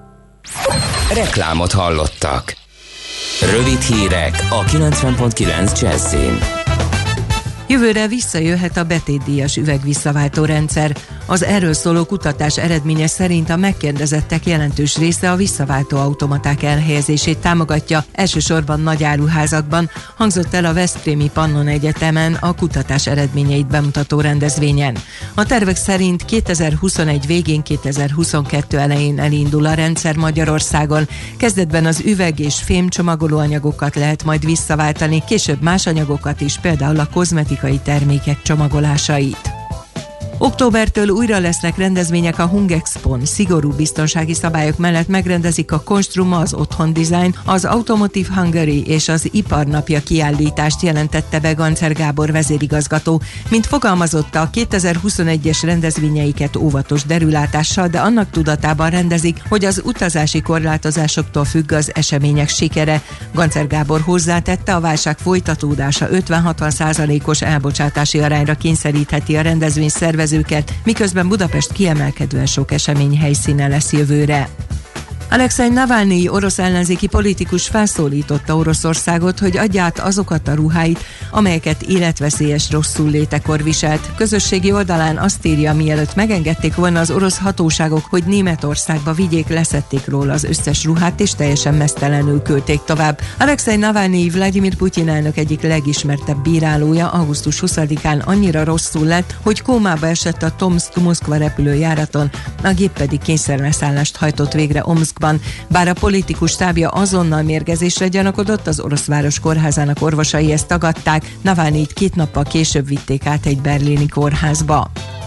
Reklámot hallottak. Rövid hírek a 90.9 Jazzyn. Jövőre visszajöhet a betétdíjas üvegvisszaváltó rendszer. Az erről szóló kutatás eredménye szerint a megkérdezettek jelentős része a visszaváltó automaták elhelyezését támogatja, elsősorban nagy áruházakban, hangzott el a Veszprémi Pannon Egyetemen a kutatás eredményeit bemutató rendezvényen. A tervek szerint 2021 végén, 2022 elején elindul a rendszer Magyarországon. Kezdetben az üveg és fém csomagolóanyagokat lehet majd visszaváltani, később más anyagokat is, például a kozmetikai termékek csomagolásait. Októbertől újra lesznek rendezvények a Hungexpon. Szigorú biztonsági szabályok mellett megrendezik a Konstruma, az Otthon Design, az Automotive Hungary és az Iparnapja kiállítást, jelentette be Gancer Gábor vezérigazgató. Mint fogalmazott, a 2021-es rendezvényeiket óvatos derülátással, de annak tudatában rendezik, hogy az utazási korlátozásoktól függ az események sikere. Gancer Gábor hozzátette, a válság folytatódása 50-60%-os elbocsátási arányra kényszerítheti a rendezvény szervezőket, miközben Budapest kiemelkedően sok esemény helyszíne lesz jövőre. Alexej Navalnyi orosz ellenzéki politikus felszólította Oroszországot, hogy adja át azokat a ruháit, amelyeket életveszélyes rosszullétekor viselt. Közösségi oldalán azt írja, mielőtt megengedték volna az orosz hatóságok, hogy Németországba vigyék, leszették róla az összes ruhát, és teljesen meztelenül küldték tovább. Alexej Navalnyi Vladimir Putyin elnök egyik legismertebb bírálója augusztus 20-án annyira rosszul lett, hogy kómába esett a Tomsk-Moszkva repülőjáraton, a gép pedig kényszerleszállást hajtott végre Omszkban. Bár a politikus stábja azonnal mérgezésre gyanakodott, az orosz város kórházának orvosai ezt tagadták, Navalnyit 2 nappal később vitték át egy berlini kórházba.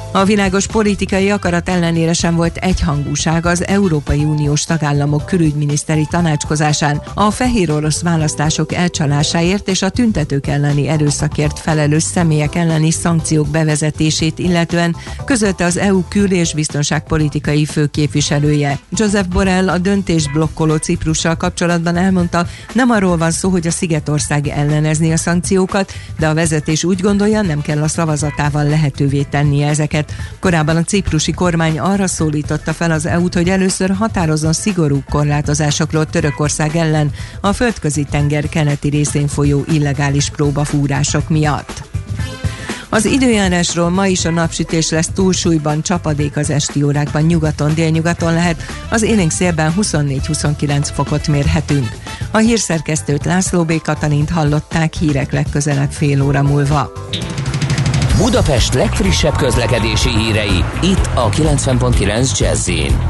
A világos politikai akarat ellenére sem volt egyhangúság az Európai Uniós tagállamok külügyminiszteri tanácskozásán a fehérorosz választások elcsalásáért és a tüntetők elleni erőszakért felelős személyek elleni szankciók bevezetését illetően közölte az EU kül- és biztonságpolitikai főképviselője. Joseph Borrell a döntés blokkoló Ciprussal kapcsolatban elmondta, nem arról van szó, hogy a Szigetország ellenezni a szankciókat, de a vezetés úgy gondolja, nem kell a szavazatával lehetővé tennie ezeket. Korábban a ciprusi kormány arra szólította fel az EU-t, hogy először határozzon szigorú korlátozásokról Törökország ellen a Földközi-tenger keleti részén folyó illegális próbafúrások miatt. Az időjárásról: ma is a napsütés lesz túlsúlyban, csapadék az esti órákban, nyugaton, délnyugaton lehet, az élénk szélben 24-29 fokot mérhetünk. A hírszerkesztőt, László B. Katalint hallották, hírek legközelebb fél óra múlva. Budapest legfrissebb közlekedési hírei, itt a 90.9 Jazz-in.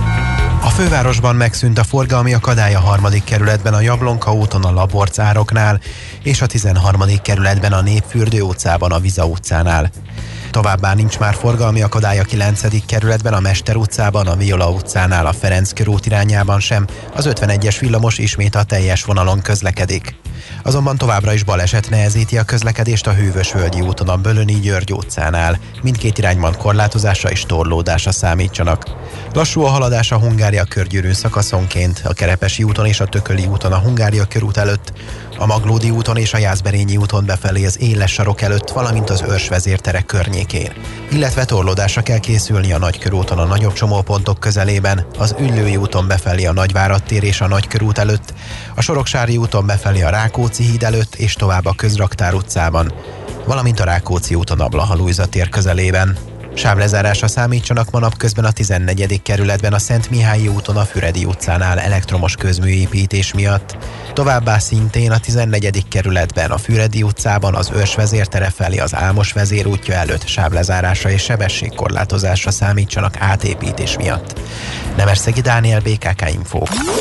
A fővárosban megszűnt a forgalmi akadály a 3. kerületben a Jablonka úton a Laborcároknál, és a 13. kerületben a Népfürdő utcában a Viza utcánál. Továbbá nincs már forgalmi akadály a 9. kerületben a Mester utcában, a Viola utcánál, a Ferenc körút irányában sem, az 51-es villamos ismét a teljes vonalon közlekedik. Azonban továbbra is baleset nehezíti a közlekedést a Hűvösvölgyi úton a Bölöni György utcánál. Mindkét irányban korlátozásra és torlódásra számítsanak. Lassú a haladás a Hungária körgyűrűn szakaszonként, a Kerepesi úton és a Tököli úton a Hungária körút előtt, a Maglódi úton és a Jászberényi úton befelé az Éles sarok előtt, valamint az Őrs vezértere környékén. Illetve torlódásra kell készülni a Nagykörúton a nagyobb csomópontok közelében, az Üllői úton befelé a Nagyvárad tér és a Nagykörút előtt, a Soroksári úton befelé a Rákóczi híd előtt és tovább a Közraktár utcában, valamint a Rákóczi úton a Blaha-Lujza tér közelében. Sávlezárásra számítsanak ma napközben a 14. kerületben a Szent Mihályi úton a Füredi utcánál elektromos közműépítés miatt. Továbbá szintén a 14. kerületben a Füredi utcában az Őrs vezértere felé az Álmos vezérútja előtt sávlezárásra és sebességkorlátozásra számítsanak átépítés miatt. Nemesszegi Dániel, BKK Info.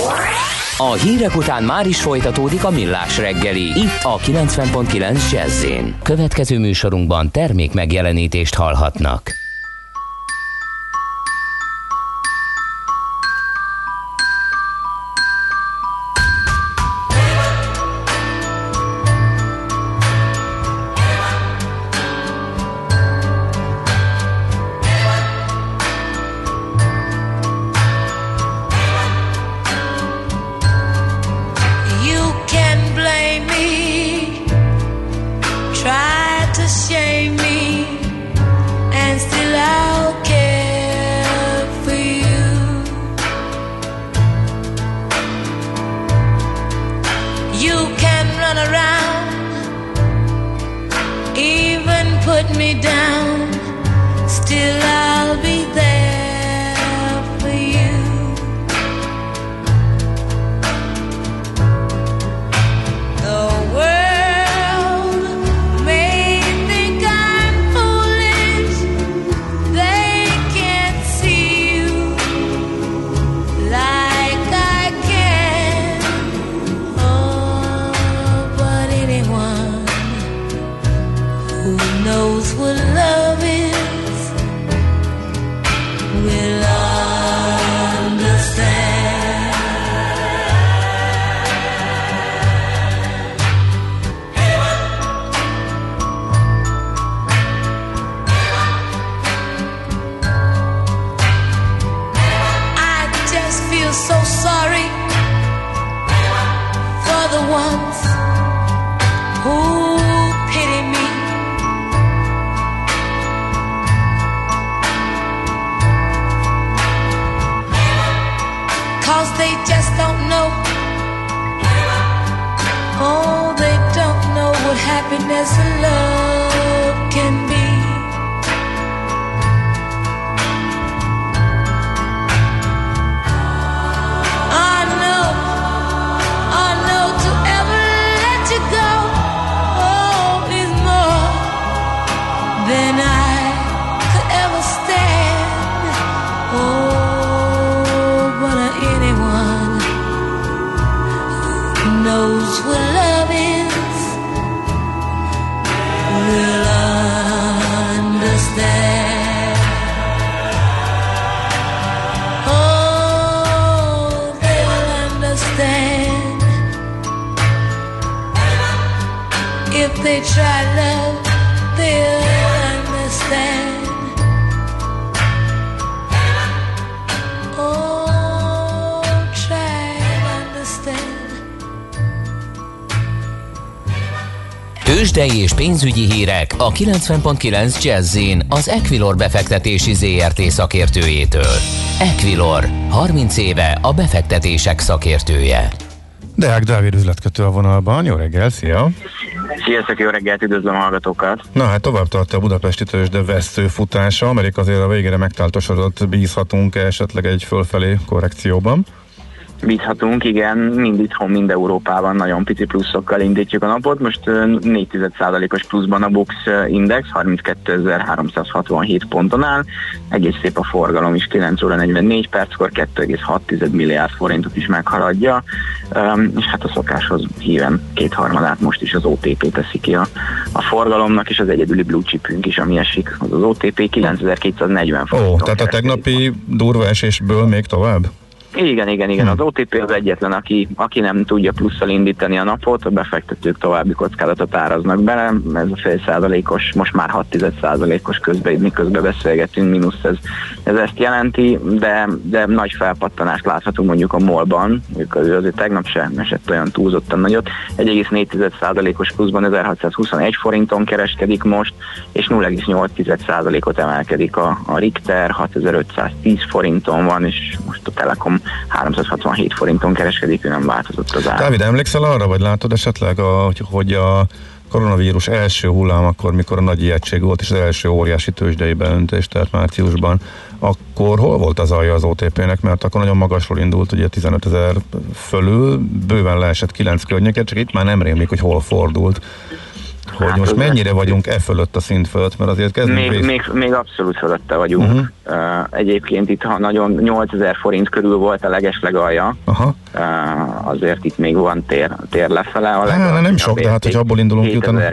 A hírek után már is folytatódik a Millás reggeli, itt a 90.9 Jazz-in. Következő műsorunkban termék megjelenítést hallhatnak. Knows what love is. They try love, they'll understand. Oh, try and understand. Tőzsdei és pénzügyi hírek a 90.9 Jazz-in az Equilor befektetési ZRT szakértőjétől. Equilor, 30 éve a befektetések szakértője. Deák Dávid üzletkötő a vonalban. Jó reggel, szia! Sziasztok, jó reggelt, üdvözlöm a hallgatókat! Na hát tovább tart a budapesti tőzsde vesző futása. Amerika azért a végére megtáltosodott, bízhatunk-e esetleg egy fölfelé korrekcióban? Bízhatunk, igen, mind itthon, mind Európában nagyon pici pluszokkal indítjuk a napot. Most 4,1%-os pluszban a Bux Index, 32.367 ponton áll. Egész szép a forgalom is, 9 óra 44 perckor 2,6 milliárd forintot is meghaladja. És hát a szokáshoz híven 2/3 most is az OTP teszi ki a forgalomnak, és az egyedüli blue chipünk is, ami esik, az OTP 9240 forinton. Ó, tehát a tegnapi durva esésből még tovább? Igen. Az OTP az egyetlen, aki nem tudja plusszal indítani a napot, a befektetők további kockázatot áraznak bele, ez a 0,5%-os, most már 0,6%-os miközben beszélgetünk, mínusz ez ezt jelenti, de nagy felpattanást láthatunk mondjuk a MOL-ban, azért tegnap sem esett olyan túlzottan nagyot, 1,4%-os pluszban 1621 forinton kereskedik most, és 0,8%-ot emelkedik a Richter, 6510 forinton van, és most a Telekom 367 forinton kereskedik, nem változott az ár. Dávid, emlékszel arra, vagy látod esetleg, hogy a koronavírus első hullám, akkor mikor a nagy ijegység volt, és az első óriási tőzsdei beöntés, tehát márciusban, akkor hol volt az alja az OTP-nek, mert akkor nagyon magasról indult, ugye 15 000 fölül, bőven leesett 9 környéket, csak itt már nem rémlik, hogy hol fordult. Hogy hát most mennyire vagyunk fölött a szint fölött, mert azért kezdünk... Még abszolút fölötte vagyunk. Egyébként itt, ha nagyon 8000 forint körül volt a legeslegalja, azért itt még van tér lefele. Nem sok, de hát, hogy abból indulunk...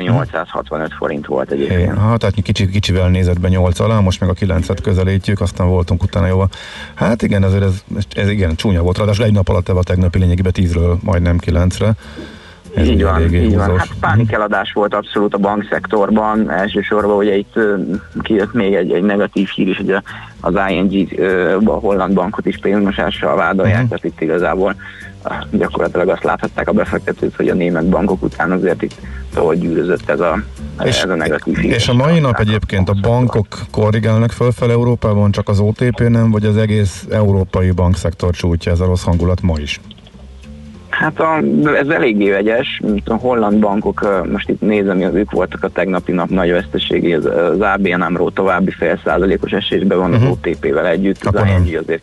7865 forint volt egyébként. Tehát kicsivel nézett be 8 alá, most meg a 9-et közelítjük, aztán voltunk utána jóval. Hát igen, azért ez igen, csúnya volt, ráadásul egy nap alatt a tegnapi lényegében 10-ről majdnem 9-re. Így van. Hát pánikeladás volt abszolút a bankszektorban, elsősorban ugye itt kijött még egy negatív hír is, hogy az ING a holland bankot is pénzmosással vádolják, tehát itt igazából gyakorlatilag azt láthatták a befektetők, hogy a német bankok után azért itt tovább gyűrözött ez a negatív hír. És a mai nap egyébként a bankok korrigálnak fölfele Európában, csak az OTP nem, vagy az egész európai bankszektor csújtja ez a rossz hangulat ma is? Hát ez eléggé vegyes, mint a holland bankok, most itt nézem, hogy ők voltak a tegnapi nap nagy veszteségi, az ABN AMRO további 0,5%-os esésben van az OTP-vel együtt, az ING azért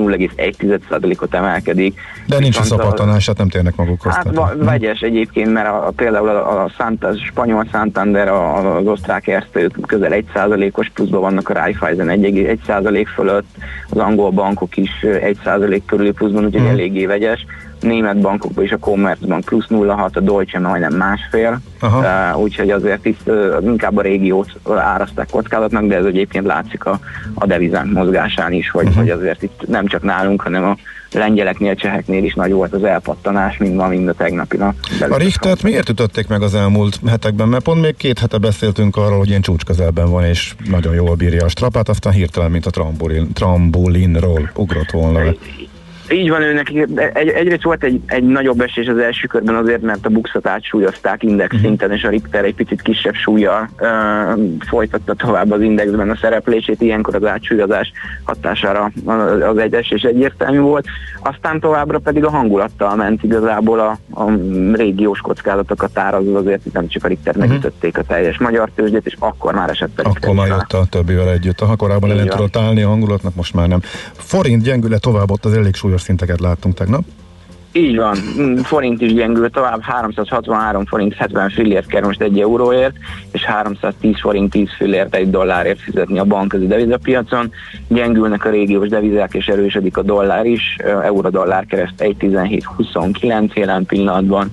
0,1%-ot emelkedik. De nincs visszapattanás, hát nem térnek magukhoz. Hát vegyes egyébként, mert például a spanyol Santander, az osztrák Erste közel 1%-os pluszban vannak, a Raiffeisen 1,1% fölött, az angol bankok is 1% körüli pluszban, úgyhogy eléggé vegyes. Német bankokban is a Commerzbank plusz 0,6, a Deutsche majdnem 1,5, úgyhogy azért itt inkább a régiót árazták kockázatnak, de ez egyébként látszik a devizánk mozgásán is, hogy azért itt nem csak nálunk, hanem a lengyeleknél, cseheknél is nagy volt az elpattanás, mind ma, mind a tegnapi nap. A Richtert miért ütötték meg az elmúlt hetekben? Mert pont még 2 hete beszéltünk arról, hogy ilyen csúcsközelben van, és nagyon jól bírja a strapát, aztán hirtelen, mint a trambulinról ugrott volna le. Így van, őnek egyrészt volt egy nagyobb esés az első körben azért, mert a Buxot átsúlyozták index szinten, és a Richter egy picit kisebb súllyal folytatta tovább az indexben a szereplését, ilyenkor az átsúlyozás hatására az egy esés egyértelmű volt. Aztán továbbra pedig a hangulattal ment igazából a régiós kockázatokat árazva, azért itt nem csak a Richter megütötték a teljes magyar tőzsdét, és akkor már esett a Richter. Akkor már jött a többivel együtt. Ha korábban ellen tudott állni a hangulatnak, most már nem. Forint gyengül tovább, ott az elég súlyos szinteket láttunk tegnap. Így van, forint is gyengül tovább, 363 forint 70 fillért kell most 1 euróért, és 310 forint 10 fillért 1 dollárért fizetni a bankközi devizapiacon. Gyengülnek a régiós devizák, és erősödik a dollár is, euró-dollár kereszt 1,1729 jelen pillanatban,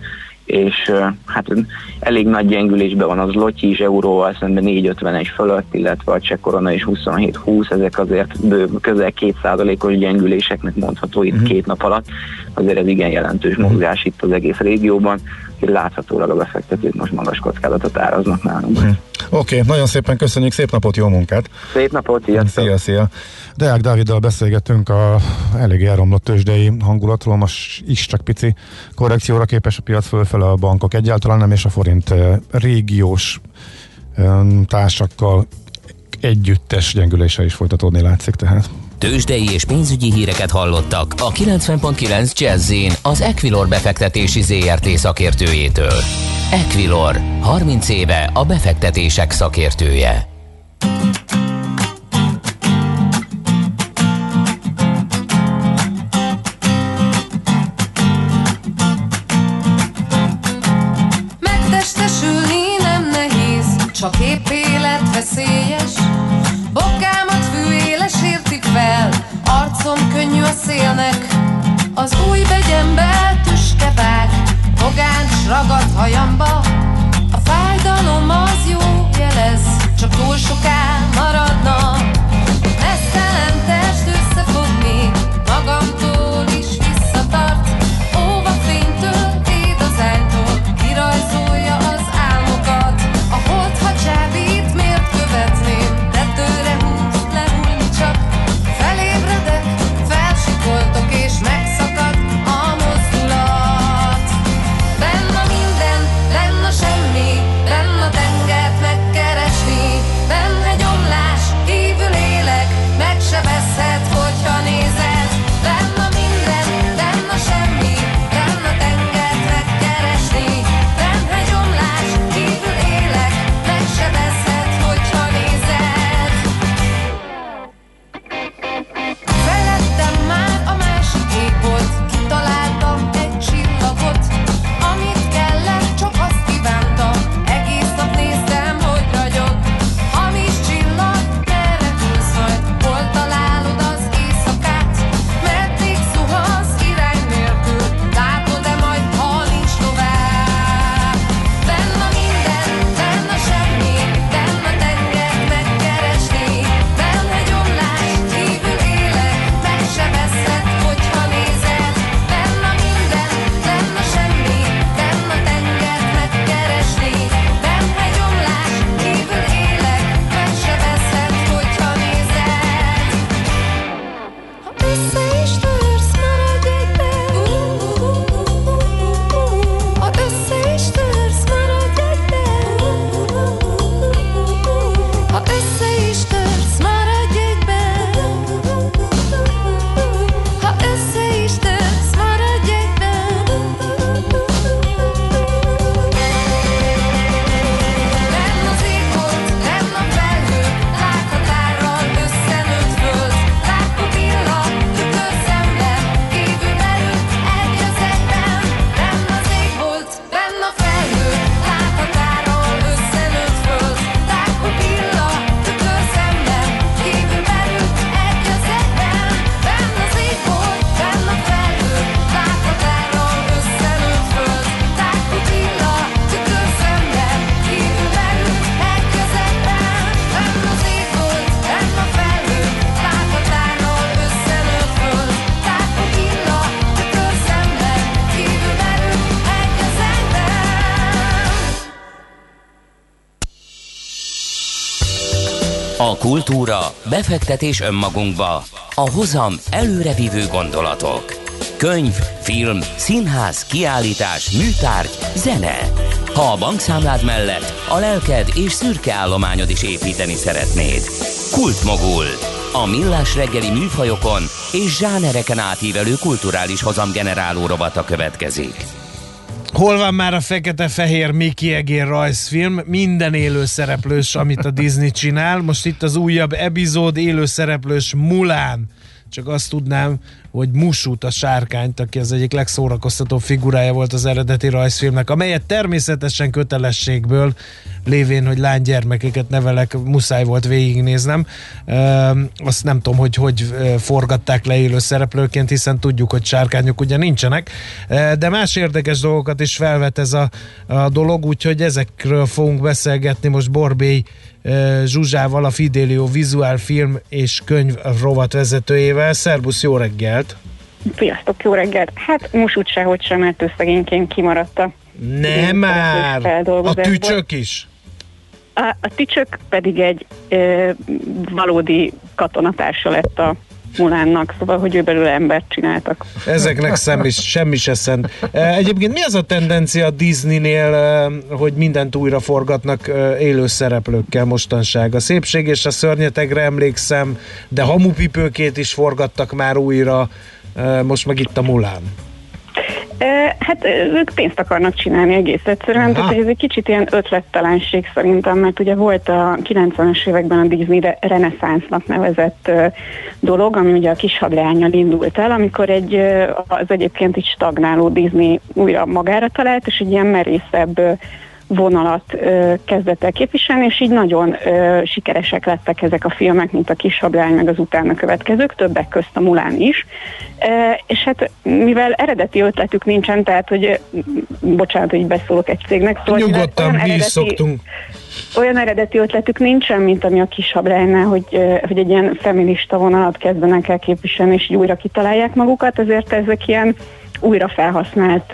és hát elég nagy gyengülésben van az zloty is, euróval szemben 4,51 fölött, illetve a cseh korona is 27,20, ezek azért közel 2%-os gyengüléseknek mondható itt 2 nap alatt, azért ez igen jelentős mozgás itt az egész régióban, hogy láthatólag a befektetők most magas kockázatot áraznak nálunk. Oké, nagyon szépen köszönjük, szép napot, jó munkát! Szép napot, sziasztok! Szia! Deák Dáviddal beszélgettünk a elég elromlott tőzsdei hangulatról, most is csak pici korrekcióra képes a piac, fölfele a bankok egyáltalán nem, és a forint régiós társakkal együttes gyengülése is folytatódni látszik tehát. Tőzsdei és pénzügyi híreket hallottak a 90.9 Jazz-in az Equilor befektetési ZRT szakértőjétől. Equilor, 30 éve a befektetések szakértője. Megtestesülni nem nehéz, csak épp életveszélyes. Bokámat fűéles értik fel, arcom könnyű a szélnek. Az új begyembe tüskevág, fogáncs ragad hajamba. A fájdalom az jó jelez, csak túl soká maradna. Esztelen test összefogni, magamtól is visszatart. Óva fénytől, édazánytól, kirajzolja az álmokat. A hold, ha csábít, miért követném? Tetőre húz, lehúlni csak. Felébredek, felsikoltok és megszakad a mozdulat. Benn a minden, benn a semmi, benn a tengert megkeresni. Benn egy omlás, kívül élek, megsebezhet, hogyha nézed. Benn a minden, benn a semmi, benn a tengert megkeresni. Benn egy omlás, kívül élek, megsebezhet, hogyha nézed. Felettem már a másik égbolt, kitaláltam egy csillagot. Amit kellett, csak azt kívántam, egész nap néztem, hogy ragyog. Hamis csillag, merre húz majd, hol találod az éjszakát? Meddig zuhansz irány nélkül, látod-e majd, ha nincs tovább? Benn a minden, benn a semmi, benn a tengert megkeresni. Benn egy omlás, kívül élek, megsebezhet, hogyha nézed. Benn a minden, benn a semmi, benn a tengert megkeresni. Benn egy omlás, kívül élek, megsebezhet, hogyha nézed. Ha össze is törsz, maradj egyben. Ha össze is törsz, maradj egyben. Ha össze is törsz, maradj egyben. Ha össze is törsz, maradj egyben. Benn az égbolt, benn a felhő, láthatárral összenőtt föld. Látkupilla, tükörszemben, kívül belül, egy az egyben. Benn az égbolt, benn a felhő, láthatárral összenőtt föld. Látkupilla, tükörszemben, kívül belül, egy az egyben. Benn az égbolt, benn a felhő, láthatárral összenőtt föld. Látkupilla, tükörszemben, kívül belül, egy az egyben. Benn az égbolt, benn a felhő, láthatárral összenőtt föld. Látkupilla, tükörszemben, kívül belül, egy az egyben. A kultúra, befektetés önmagunkba, a hozam előrevívő gondolatok. Könyv, film, színház, kiállítás, műtárgy, zene. Ha a bankszámlád mellett a lelked és szürke állományod is építeni szeretnéd. Kultmogul. A millás reggeli műfajokon és zsánereken átívelő kulturális hozamgeneráló rovata következik. Hol van már a fekete-fehér Mickey Egér rajzfilm? Minden élőszereplős, amit a Disney csinál. Most itt az újabb epizód, élőszereplős Mulan csak azt tudnám, hogy Musút, a sárkányt, aki az egyik legszórakoztatóbb figurája volt az eredeti rajzfilmnek, amelyet természetesen kötelességből, lévén, hogy lánygyermekeket nevelek, muszáj volt végignéznem. Azt nem tudom, hogy forgatták le élő szereplőként, hiszen tudjuk, hogy sárkányok ugye nincsenek, de más érdekes dolgokat is felvet ez a dolog, úgyhogy ezekről fogunk beszélgetni most Borbély Zsuzsával, a Fidelio vizuál film és könyv rovat vezetőjével. Szerbusz, jó reggelt! Sziasztok, jó reggelt! Hát Musút sehogy sem, mert ő szegényként kimaradt a... Nem már! A tücsök is? A tücsök pedig egy valódi katonatársa lett a Mulánnak, szóval, hogy ő belőle embert csináltak. Ezeknek semmi se szent. Egyébként mi az a tendencia a Disneynél, hogy mindent újra forgatnak élő szereplőkkel mostanság? A Szépség és a Szörnyetegre emlékszem, de Hamupipőkét is forgattak már újra, most meg itt a Mulán. Hát ők pénzt akarnak csinálni egész egyszerűen, tehát ez egy kicsit ilyen ötlettelenség szerintem, mert ugye volt a 90-es években a Disney reneszánsznak nevezett dolog, ami ugye a Kis Hadleánnyal indult el, amikor az egyébként így stagnáló Disney újra magára talált, és egy ilyen merészebb vonalat kezdett el képviselni, és így nagyon sikeresek lettek ezek a filmek, mint a Kis Hableány, meg az utána következők, többek közt a Mulán is. És hát mivel eredeti ötletük nincsen, tehát, hogy bocsánat, hogy beszólok egy cégnek, szóval nyugodtan, mi is szoktunk. Olyan eredeti ötletük nincsen, mint ami a Kis Hablánynál, hogy egy ilyen feminista vonalat kezdenek el képviselni, és így újra kitalálják magukat, ezért ezek ilyen újra felhasznált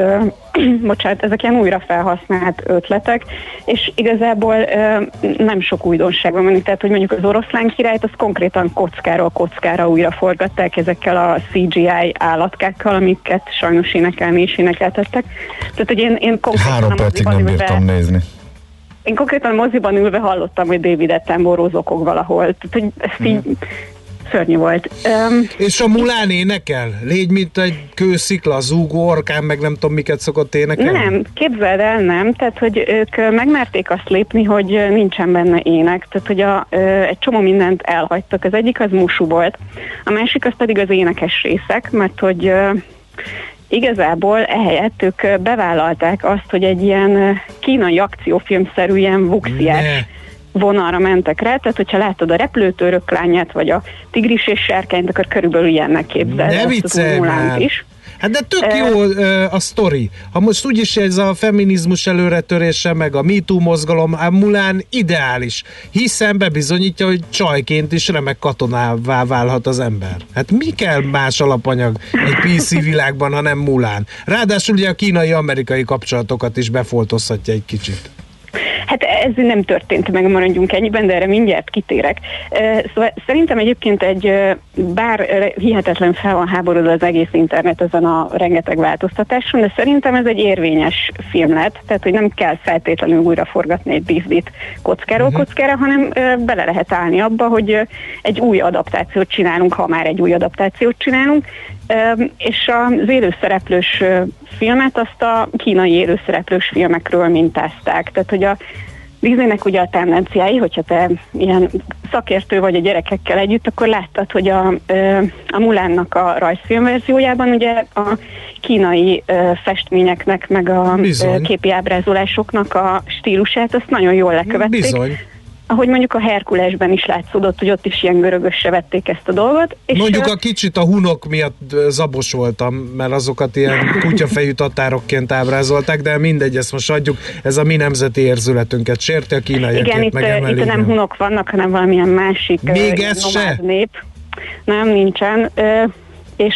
ötletek, és igazából nem sok újdonság van menni, tehát hogy mondjuk az Oroszlán királyt, az konkrétan kockáról kockára újra forgatták ezekkel a CGI állatkákkal, amiket sajnos énekelni is énekeltettek. Tehát, hogy én konkrétan 3 percig nem bírtam nézni. Én konkrétan a moziban ülve hallottam, hogy David Attenborough zokog valahol. Tehát, hogy ezt így szörnyű volt. És a Mulán énekel? Légy, mint egy kőszikla, zúgó orkán, meg nem tudom, miket szokott énekelni? Nem, képzeld el, nem. Tehát, hogy ők megmerték azt lépni, hogy nincsen benne ének. Tehát, hogy egy csomó mindent elhagytak. Az egyik az Mushu volt, a másik az pedig az énekes részek, mert hogy igazából ehelyett ők bevállalták azt, hogy egy ilyen kínai akciófilmszerű, ilyen vuxiás vonalra mentek rá, tehát hogyha látod a Repülőtőrök lányát, vagy a Tigris és Sárkányt, akkor körülbelül ilyennek képzeled. Ne viccelj már! Is. Hát de tök jó a sztori. Ha most úgyis ez a feminizmus előretörése, meg a MeToo mozgalom, a Mulán ideális, hiszen bebizonyítja, hogy csajként is remek katonává válhat az ember. Hát mi kell más alapanyag egy PC világban, ha nem Mulán? Ráadásul ugye a kínai-amerikai kapcsolatokat is befoltozhatja egy kicsit. Hát ez nem történt meg, maradjunk ennyiben, de erre mindjárt kitérek. Szóval szerintem egyébként bár hihetetlen fel van háborodva az egész internet ezen a rengeteg változtatáson, de szerintem ez egy érvényes film lett, tehát hogy nem kell feltétlenül újra forgatni egy Disneyt kockáról kockára, hanem bele lehet állni abba, hogy egy új adaptációt csinálunk, ha már egy új adaptációt csinálunk, és az élőszereplős filmet azt a kínai élőszereplős filmekről mintázták. Tehát, hogy a Disneynek ugye a tendenciái, hogyha te ilyen szakértő vagy a gyerekekkel együtt, akkor láttad, hogy a Mulánnak a rajzfilm verziójában ugye a kínai festményeknek, meg a képi ábrázolásoknak a stílusát, azt nagyon jól lekövették. Bizony. Ahogy mondjuk a Herkulesben is látszódott, hogy ott is ilyen görögösre vették ezt a dolgot. És mondjuk a kicsit a hunok miatt zabos voltam, mert azokat ilyen kutyafejű tatárokként ábrázolták, de mindegy, ezt most adjuk, ez a mi nemzeti érzületünket sérti, a kínaiakért megemeli. Igen, itt nem hunok vannak, hanem valamilyen másik nomád nép. Nem, nincsen. És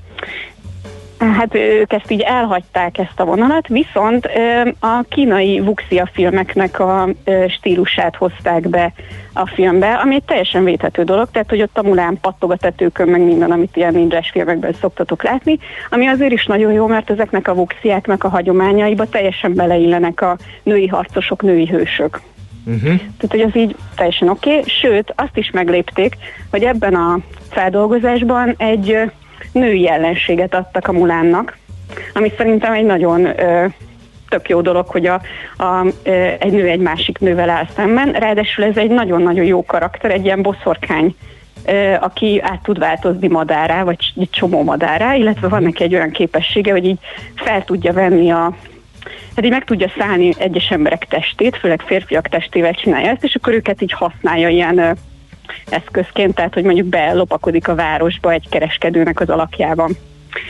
hát ők ezt így elhagyták, ezt a vonalat, viszont a kínai vuxia filmeknek a stílusát hozták be a filmbe, ami egy teljesen védhető dolog, tehát hogy ott a Mulán pattog a tetőkön, meg minden, amit ilyen ninjas filmekben szoktatok látni, ami azért is nagyon jó, mert ezeknek a vuxiáknak a hagyományaiba teljesen beleillenek a női harcosok, női hősök. Tehát, hogy az így teljesen oké. Sőt, azt is meglépték, hogy ebben a feldolgozásban egy női ellenséget adtak a Mulánnak, ami szerintem egy nagyon tök jó dolog, hogy egy nő egy másik nővel áll szemben. Ráadásul ez egy nagyon-nagyon jó karakter, egy ilyen boszorkány aki át tud változni madárá, vagy egy csomó madárá, illetve van neki egy olyan képessége, hogy így fel tudja venni hát így meg tudja szállni egyes emberek testét, főleg férfiak testével csinálja ezt, és akkor őket így használja ilyen eszközként, tehát hogy mondjuk belopakodik a városba egy kereskedőnek az alakjában.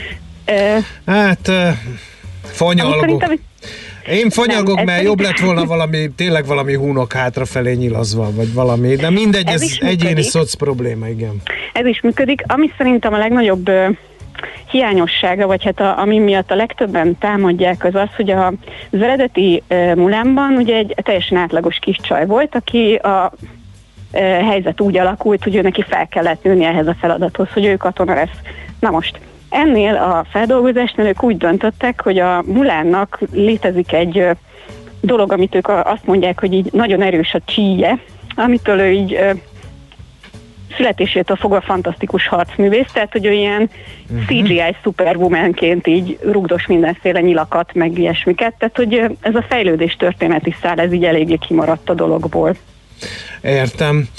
Fanyalgok. Én fanyalgok, mert jobb lett volna tényleg valami húnok hátrafelé nyilazva, vagy valami, de mindegy, ez egyéni szoc probléma, igen. Ez is működik. Ami szerintem a legnagyobb hiányossága, vagy hát ami miatt a legtöbben támadják, az az, hogy az eredeti Mulanban ugye egy teljesen átlagos kis csaj volt, aki a helyzet úgy alakult, hogy ő neki fel kellett nőni ehhez a feladathoz, hogy ő katona lesz. Na most, ennél a feldolgozásnál ők úgy döntöttek, hogy a Mulannak létezik egy dolog, amit ők azt mondják, hogy így nagyon erős a csíje, amitől ő így születésétől fogva fantasztikus harcművész, tehát hogy ő ilyen CGI superwomanként így rugdos mindenféle nyilakat, meg ilyesmiket, tehát hogy ez a fejlődés történeti szál, ez így eléggé kimaradt a dologból. Értem.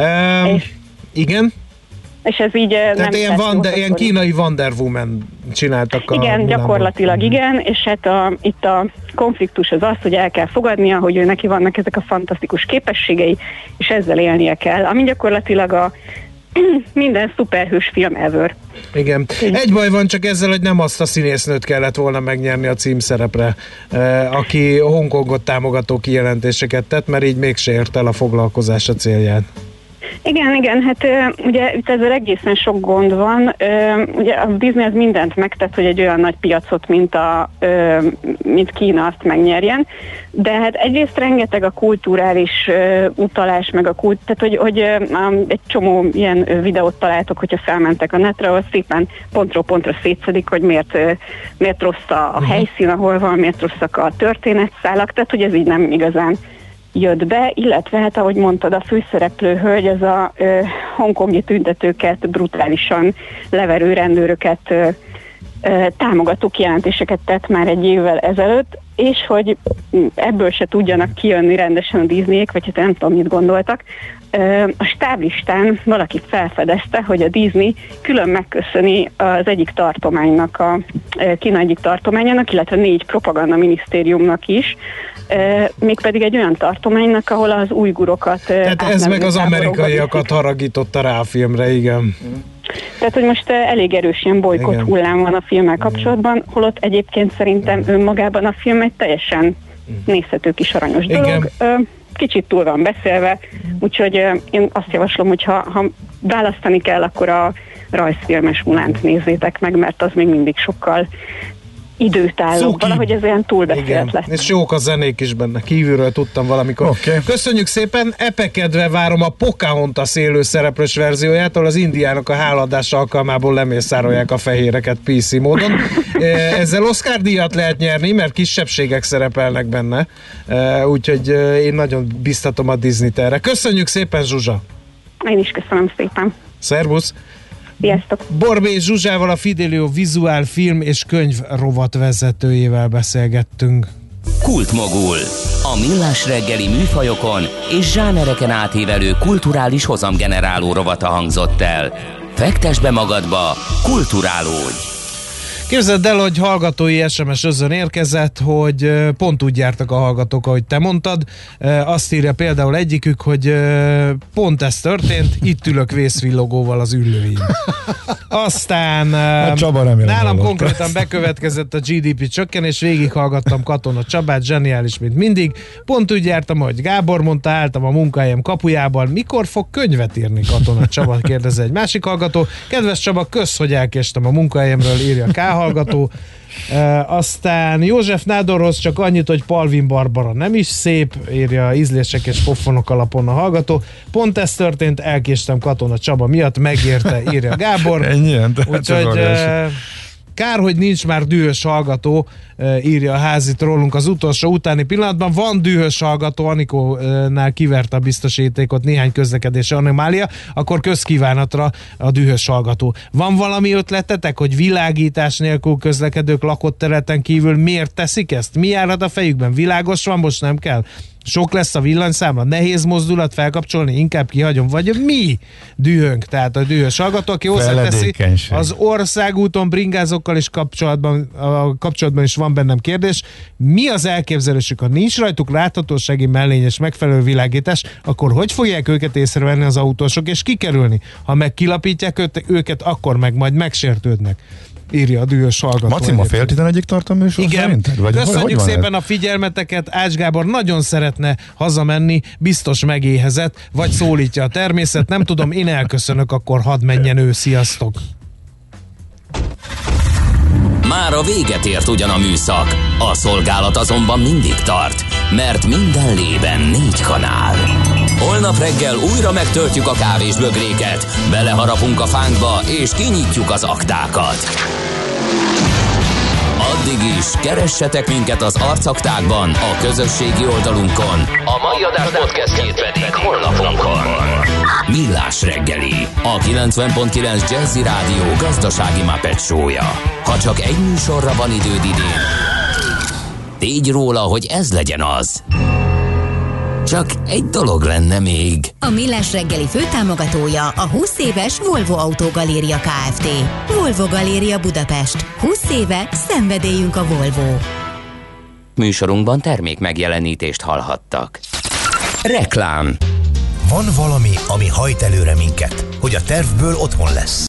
Igen? És ez így tehát ilyen kínai Wonder Woman csináltak igen, gyakorlatilag igen, és hát itt a konfliktus az, hogy el kell fogadnia, hogy ő neki vannak ezek a fantasztikus képességei, és ezzel élnie kell, ami gyakorlatilag a minden szuperhős film ever. Igen. Egy baj van csak ezzel, hogy nem azt a színésznőt kellett volna megnyerni a címszerepre, aki Hongkongot támogató kijelentéseket tett, mert így mégse ért el a foglalkozása célját. Igen, hát ugye itt ezzel egészen sok gond van. Ugye a Disney az mindent megtett, hogy egy olyan nagy piacot, mint Kína azt megnyerjen, de hát egyrészt rengeteg a kulturális utalás, meg tehát hogy egy csomó ilyen videót találtok, hogyha felmentek a netre, ahol szépen pontról pontra szétszedik, hogy miért rossz a helyszín, ahol van, miért rosszak a történetszálak, tehát hogy ez így nem igazán jött be, illetve hát ahogy mondtad, a főszereplő hölgy, ez a hongkongi tüntetőket, brutálisan leverő rendőröket támogató kijelentéseket tett már egy évvel ezelőtt, és hogy ebből se tudjanak kijönni rendesen a Disneyek, vagy hát nem tudom, mit gondoltak. A stáblistán valaki felfedezte, hogy a Disney külön megköszöni az egyik tartománynak, a Kína egyik tartományának, illetve 4 propaganda minisztériumnak is, mégpedig egy olyan tartománynak, ahol az ujgurokat... Tehát ez meg az amerikaiakat haragította rá a filmre, igen. Tehát, hogy most elég erős ilyen bolykott hullám van a filmmel kapcsolatban, holott egyébként szerintem önmagában a film egy teljesen nézhető kis aranyos dolog. Kicsit túl van beszélve, úgyhogy én azt javaslom, hogy ha választani kell, akkor a rajzfilmes Mulánt nézzétek meg, mert az még mindig sokkal időtálló. Valahogy ez olyan túlbeszélt lett. És jók a zenék is benne. Kívülről tudtam valamikor. Okay. Köszönjük szépen, epekedve várom a Pocahontas élő szereplős verziójától, az Indiának a háladás alkalmából lemészárolják a fehéreket PC módon. Ezzel Oscar díjat lehet nyerni, mert kisebbségek szerepelnek benne. Úgyhogy én nagyon biztatom a Disneyt erre. Köszönjük szépen, Zsuzsa! Én is köszönöm szépen. Szervusz! Sziasztok! Borbély Zsuzsával, a Fidelio vizuál film és könyv rovat vezetőjével beszélgettünk. Kultmogul. A millás reggeli műfajokon és zsánereken átívelő kulturális hozamgeneráló rovata hangzott el. Fektesd be magadba, kulturálódj! Képzeld el, hogy hallgatói SMS özön érkezett, hogy pont úgy jártak a hallgatók, ahogy te mondtad. Azt írja például egyikük, hogy pont ez történt, itt ülök vészvillogóval az ülőim. Aztán nálam konkrétan bekövetkezett a GDP csökkenés, végighallgattam Katona Csabát, zseniális, mint mindig. Pont úgy jártam, ahogy Gábor mondta, álltam a munkahelyem kapujában. Mikor fog könyvet írni Katona Csaba? Kérdezi egy másik hallgató. Kedves Csaba, kösz, hogy elkéstem a munkahelyemről, írja K. hallgató. Aztán József Nádorhoz csak annyit, hogy Palvin Barbara nem is szép, írja ízlések és poffonok alapon a hallgató. Pont ez történt, elkéstem Katona Csaba miatt, megérte, írja Gábor. Ennyien? Úgyhogy kár, hogy nincs már dühös hallgató, írja a házit rólunk az utolsó utáni pillanatban. Van dühös hallgató, Anikónál kiverte a biztosítékot néhány közlekedési anomália, akkor közkívánatra a dühös hallgató. Van valami ötletetek, hogy világítás nélkül közlekedők lakott területen kívül miért teszik ezt? Mi járhat a fejükben? Világos van, most nem kell? Sok lesz a villanyszámla, nehéz mozdulat felkapcsolni, inkább kihagyom, vagy mi dühönk, tehát a dühös hallgató, aki hozzáteszi, az országúton bringázókkal is kapcsolatban is van bennem kérdés, mi az elképzelésük, ha nincs rajtuk láthatósági mellényes megfelelő világítás, akkor hogy fogják őket észrevenni az autósok és kikerülni? Ha meg kilapítják őket, akkor meg majd megsértődnek. Írja a dühös hallgató. Maci, ma 10:11-ig tart a műsor? Igen, köszönjük szépen a figyelmeteket. Ács Gábor nagyon szeretne hazamenni, biztos megéhezett, vagy szólítja a természet, nem tudom, én elköszönök, akkor hadd menjen ő, sziasztok! Már a véget ért ugyan a műszak, a szolgálat azonban mindig tart, mert minden lében 4 kanál. Holnap reggel újra megtöltjük a kávésbögréket, beleharapunk a fánkba és kinyitjuk az aktákat. Addig is keressetek minket az arcaktákban, a közösségi oldalunkon, a mai adás podcastjét pedig honlapunkon. Millás reggeli, a 90.9 Jazzy Rádió gazdasági Muppet show-ja. Ha csak egy műsorra van időd idén, tégy róla, hogy ez legyen az. Csak egy dolog lenne még. A Millás reggeli főtámogatója a 20 éves Volvo Autogaléria Kft. Volvo Galéria Budapest. 20 éve szenvedélyünk a Volvo. Műsorunkban termék megjelenítést hallhattak. Reklám. Van valami, ami hajt előre minket, hogy a tervből otthon lesz.